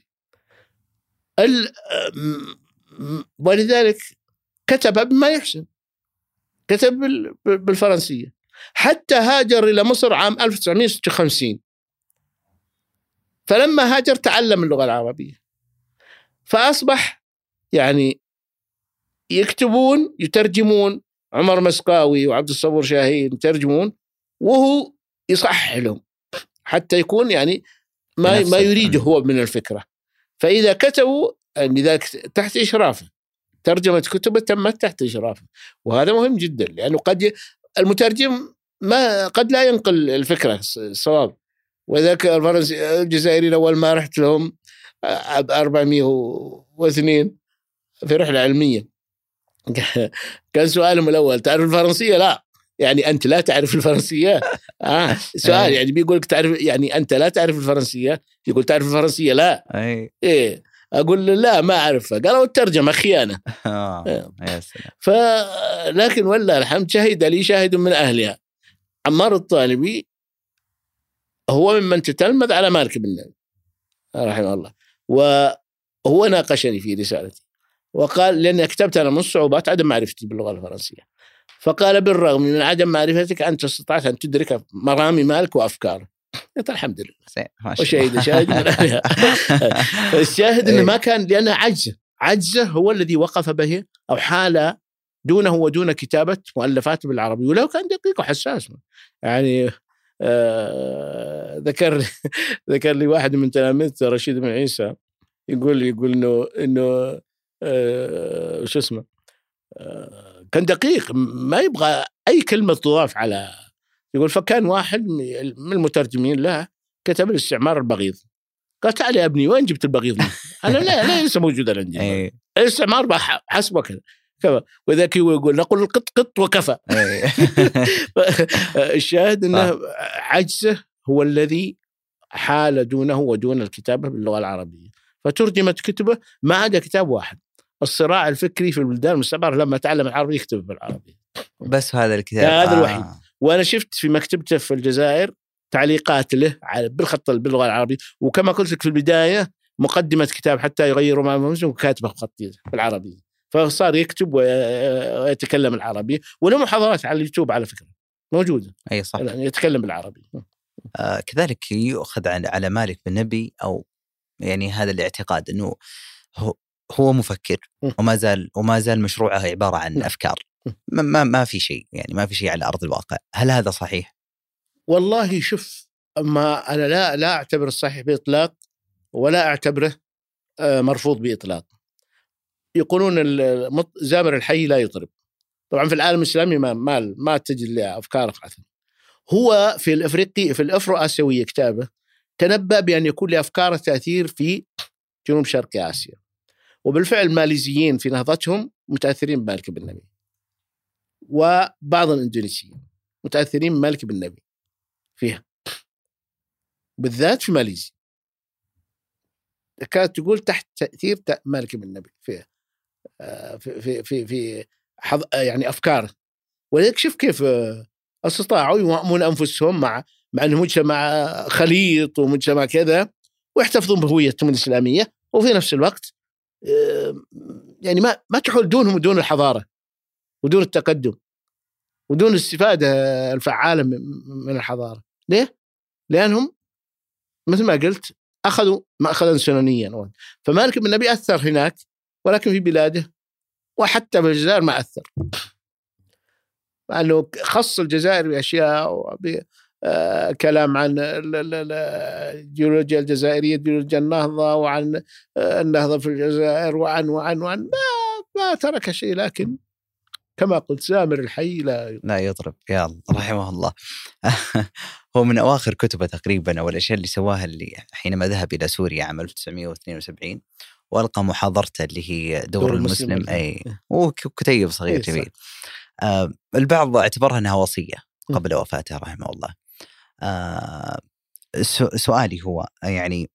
ولذلك كتب بما يحسن، كتب بالفرنسية، حتى هاجر إلى مصر عام 1956. فلما هاجر تعلم اللغة العربية، فأصبح يعني يترجمون، عمر مسقاوي وعبد الصبور شاهين يترجمون، وهو يصحح لهم حتى يكون يعني ما يريده هو من الفكرة. فإذا كتبوا لذلك تحت إشرافه، ترجمة كتب تمت تحت إشرافه، وهذا مهم جدا، لأنه قد المترجم قد لا ينقل الفكرة الصواب. وذاك الجزائريين أول ما رحت لهم 402 في رحلة علمية، كان سؤالهم الأول تعرف الفرنسية؟ لا، يعني أنت لا تعرف الفرنسية؟ سؤال يعني بيقولك تعرف، يعني أنت لا تعرف الفرنسية؟ يقول تعرف الفرنسية؟ لا. إيه أقول لا ما أعرفها. قالوا الترجمة خيانة. لكن والله الحمد شهد لي شاهد من أهلها. عمار الطالبي هو ممن تتلمذ على مالك بن نبي رحمه الله، وهو ناقشني في رسالتي وقال، لأني كتبت أنا من الصعوبات عدم معرفتي باللغة الفرنسية، فقال بالرغم من عدم معرفتك أنت استطعت أن تدرك مرامي مالك وأفكاره. قلت الحمد لله وشهد شاهد من أهلها. الشاهد أنه ما كان، لأنه عجزه هو الذي وقف به أو حال دونه ودون كتابة مؤلفات بالعربي، ولو كان دقيق وحساس. يعني ذكر لي واحد من تلاميذه رشيد بن عيسى، يقول إنه شو اسمه، كان دقيق، ما يبغى أي كلمة تضاف على. يقول فكان واحد من المترجمين له كتب الاستعمار البغيض، قال تعال يا ابني وين جبت البغيض؟ أنا لا ليس موجودا عندي. الاستعمار حسبك كذا، وذاك يقول نقول القط قط وكفى. الشاهد أنه عجزه هو الذي حال دونه ودون الكتابة باللغة العربية، فترجمت كتبه ما عدا كتاب واحد، الصراع الفكري في البلدان المستعمرة، لما تعلم العربي يكتب بالعربي بس هذا الكتاب هذا الوحيد. وأنا شفت في مكتبته في الجزائر تعليقات له بالخط باللغة العربية، وكما قلت لك في البداية مقدمة كتاب حتى يغيروا مع مسلم وكاتبه بخطية بالعربي، فصار يكتب ويتكلم العربي، وله محاضرات على اليوتيوب على فكرة موجودة. أي صح، يتكلم بالعربي. كذلك يؤخذ على مالك بن نبي، أو يعني هذا الاعتقاد أنه هو مفكر وما زال مشروعه عبارة عن أفكار، ما في شيء، يعني ما في شيء على أرض الواقع. هل هذا صحيح؟ والله شوف، أما أنا لا أعتبر الصحيح بإطلاق، ولا أعتبره مرفوض بإطلاق. يقولون زامر الحي لا يطرب. طبعا في العالم الإسلامي ما تجد له أفكار عثم. هو في الأفرو آسيوية كتابه تنبأ بأن يكون له أفكار تأثير في جنوب شرق آسيا، وبالفعل الماليزيين في نهضتهم متأثرين بمالك بن نبي، وبعض الإندونيسيين متأثرين بمالك بن نبي فيها، بالذات في ماليزيا كانت تقول تحت تأثير مالك بن نبي فيها في يعني أفكاره. ولذلك شوف كيف استطاعوا يوأمون أنفسهم مع أنه مجتمع خليط ومجتمع كذا، ويحتفظون بهويتهم الإسلامية، وفي نفس الوقت يعني ما تحول دونهم ودون الحضارة ودون التقدم ودون الاستفادة الفعالة من الحضارة. ليه؟ لأنهم مثل ما قلت أخذوا مأخذا سنونيا. فمالك بن نبي أثر هناك، ولكن في بلاده وحتى في الجزائر ما أثر، لأنه خص الجزائر بأشياء كلام عن الجيولوجيا الجزائرية، جيولوجيا النهضة، وعن النهضة في الجزائر، وعن ما ترك شيء. لكن كما قلت زامر الحي لا يضرب. يا الله رحمه الله. هو من أواخر كتبه تقريبا، أو الأشياء اللي سواها اللي حينما ذهب إلى سوريا عام 1972 وألقى محاضرته اللي هي دور المسلم. أي وكتيب صغير جميل. البعض اعتبرها أنها وصية قبل وفاته رحمه الله. سؤالي هو يعني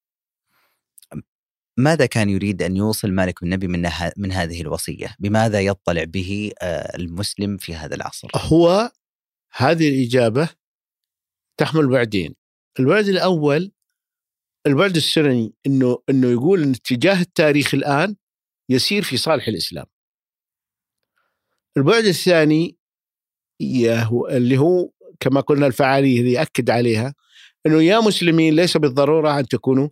ماذا كان يريد أن يوصل مالك بن نبي من هذه الوصية؟ بماذا يطلع به المسلم في هذا العصر؟ هو هذه الإجابة تحمل بعدين. البعد الأول البعد السني، إنه يقول إن اتجاه التاريخ الآن يسير في صالح الإسلام. البعد الثاني اللي هو كما قلنا الفعالية اللي يأكد عليها، إنه يا مسلمين ليس بالضرورة أن تكونوا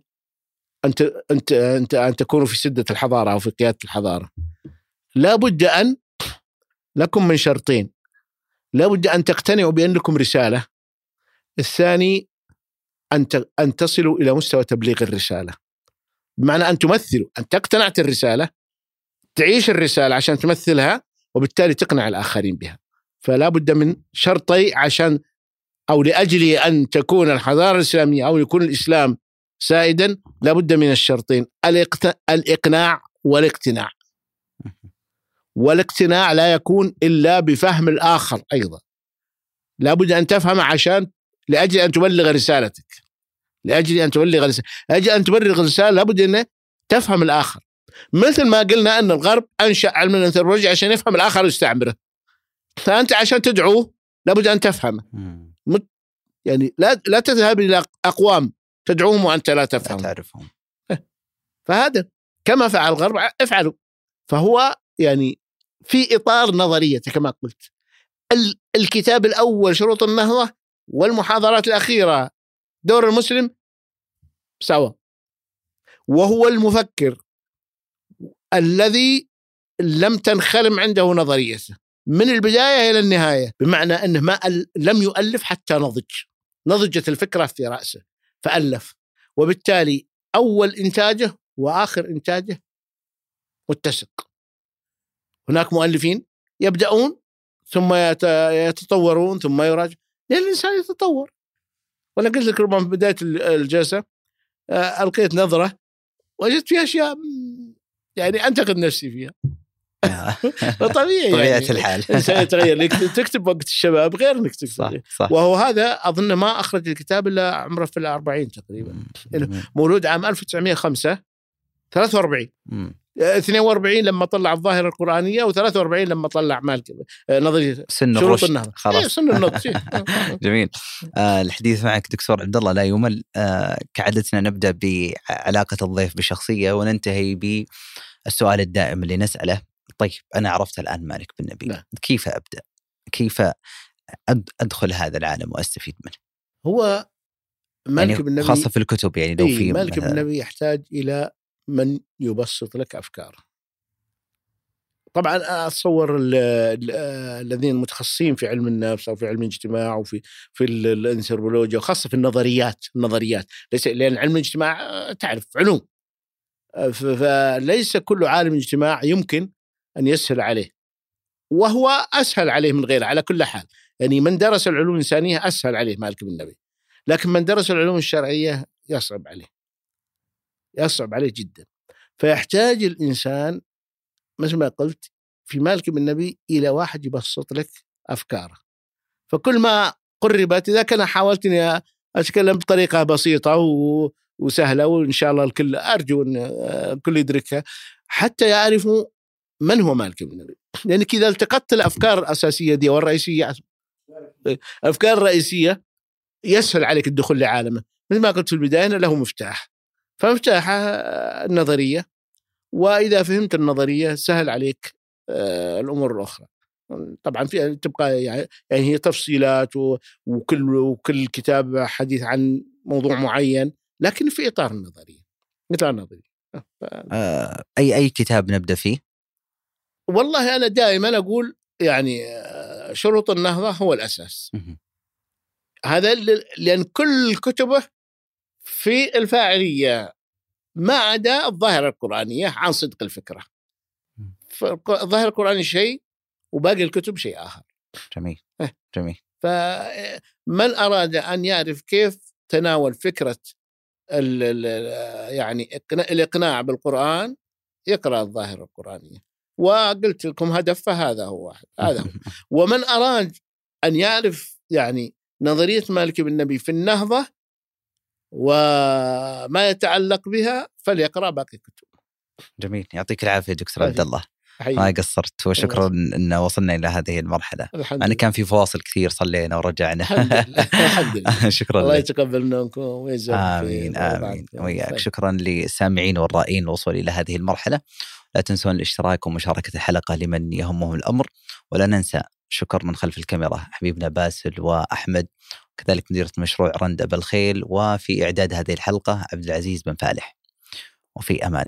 أن تكونوا في سدة الحضارة أو في قيادة الحضارة. لا بد أن لكم من شرطين: لا بد أن تقتنعوا بأنكم رسالة، الثاني أن تصلوا إلى مستوى تبليغ الرسالة، بمعنى أن تمثلوا، أنت اقتنعت الرسالة، تعيش الرسالة عشان تمثلها، وبالتالي تقنع الآخرين بها. فلا بد من شرطي عشان أو لأجل أن تكون الحضارة الإسلامية أو يكون الإسلام سائدا، لا بد من الشرطين: الإقناع والاقتناع. والاقتناع لا يكون إلا بفهم الآخر أيضا. لا بد أن تفهم لأجل أن تبلغ رسالتك، لأجل أن تبلغ الرسالة لا بد أن تفهم الآخر. مثل ما قلنا أن الغرب أنشأ علم الأنثروبولوجيا عشان يفهم الآخر ويستعمره، فأنت عشان تدعوه لا بد أن تفهمه. يعني لا تذهب إلى أقوام تدعوهم وأنت لا تفهم تعرفهم. فهذا كما فعل الغرب افعلوا. فهو يعني في إطار نظرية كما قلت. الكتاب الأول شروط النهضة، والمحاضرات الأخيرة دور المسلم سوا. وهو المفكر الذي لم تنخلم عنده نظريته، من البداية إلى النهاية، بمعنى أنه ما لم يؤلف حتى نضجت الفكرة في رأسه فألف، وبالتالي أول إنتاجه وآخر إنتاجه متسق. هناك مؤلفين يبدأون ثم يتطورون ثم يراجع، لأن الإنسان يتطور. وأنا قلت لك ربما في بداية الجلسة ألقيت نظرة وجدت فيها أشياء يعني أنتقد نفسي فيها. طبيعي طبيعة يعني الحال. الإنسان يتغير. تكتب وقت الشباب غير إنك تكتب. صح. وهو هذا أظن ما أخرج الكتاب إلا عمره في 40 تقريبا. مولود عام 1905 43 42 لما طلع الظاهرة القرآنية، و43 لما طلع نظرية سن الرشد. خلاص سن النضج. جميل. الحديث معك دكتور عبد الله لا يمل. كعادتنا نبدأ بعلاقة الضيف بشخصية وننتهي بالسؤال الدائم اللي نسأله. طيب أنا عرفت الآن مالك بن نبي، كيف أبدأ؟ كيف أدخل هذا العالم وأستفيد منه؟ هو مالك يعني بن نبي خاصة في الكتب، يعني لو في مالك بن نبي يحتاج إلى من يبسط لك أفكار. طبعا أتصور الذين متخصصين في علم النفس أو في علم الاجتماع وفي الأنثروبولوجيا، وخاصة في النظريات ليس، لأن علم الاجتماع تعرف علوم، فليس كل عالم اجتماع يمكن أن يسهل عليه، وهو أسهل عليه من غيره على كل حال. يعني من درس العلوم الإنسانية أسهل عليه مالك بن نبي، لكن من درس العلوم الشرعية يصعب عليه جدا. فيحتاج الإنسان مثل ما قلت في مالك بن نبي إلى واحد يبسط لك أفكاره. فكل ما قربت، إذا كان حاولت أني أتكلم بطريقة بسيطة وسهلة، وإن شاء الله الكل أرجو أن الكل يدركها حتى يعرفوا من هو مالك بن نبي. لأنك إذا التقطت الأفكار الأساسية دي والرئيسية، الأفكار الرئيسية يسهل عليك الدخول لعالمه. مثل ما قلت في البداية أنه له مفتاح، فمفتاحه النظرية، وإذا فهمت النظرية سهل عليك الأمور الأخرى. طبعا في تبقى يعني هي تفصيلات وكل كتاب حديث عن موضوع معين، لكن في إطار النظرية. أي كتاب نبدأ فيه؟ والله أنا دائما أقول يعني شروط النهضة هو الأساس. هذا لأن كل كتبه في الفاعلية ما عدا الظاهرة القرآنية عن صدق الفكرة. الظاهرة القرآنية شيء وباقي الكتب شيء آخر. جميل. فمن أراد أن يعرف كيف تناول فكرة يعني الإقناع بالقرآن يقرأ الظاهرة القرآنية، وقلت لكم هدفها هذا هو واحد. ومن أراد أن يعرف يعني نظرية مالك بن نبي في النهضة وما يتعلق بها فليقرأ باقي الكتب. جميل. يعطيك العافية دكتور عبد الله، ما قصرت، وشكرا أن وصلنا إلى هذه المرحلة. أنا كان في فواصل كثير صلينا ورجعنا. الحمد لله. شكرا. الله يتقبل منكم ويجزاكم. آمين وياك. شكرا للسامعين والرائين الوصول إلى هذه المرحلة. لا تنسون الاشتراك ومشاركة الحلقة لمن يهمهم الأمر، ولا ننسى شكر من خلف الكاميرا حبيبنا باسل وأحمد، كذلك مديرة مشروع رندة بالخيل، وفي إعداد هذه الحلقة عبد العزيز بن فالح. وفي أمان.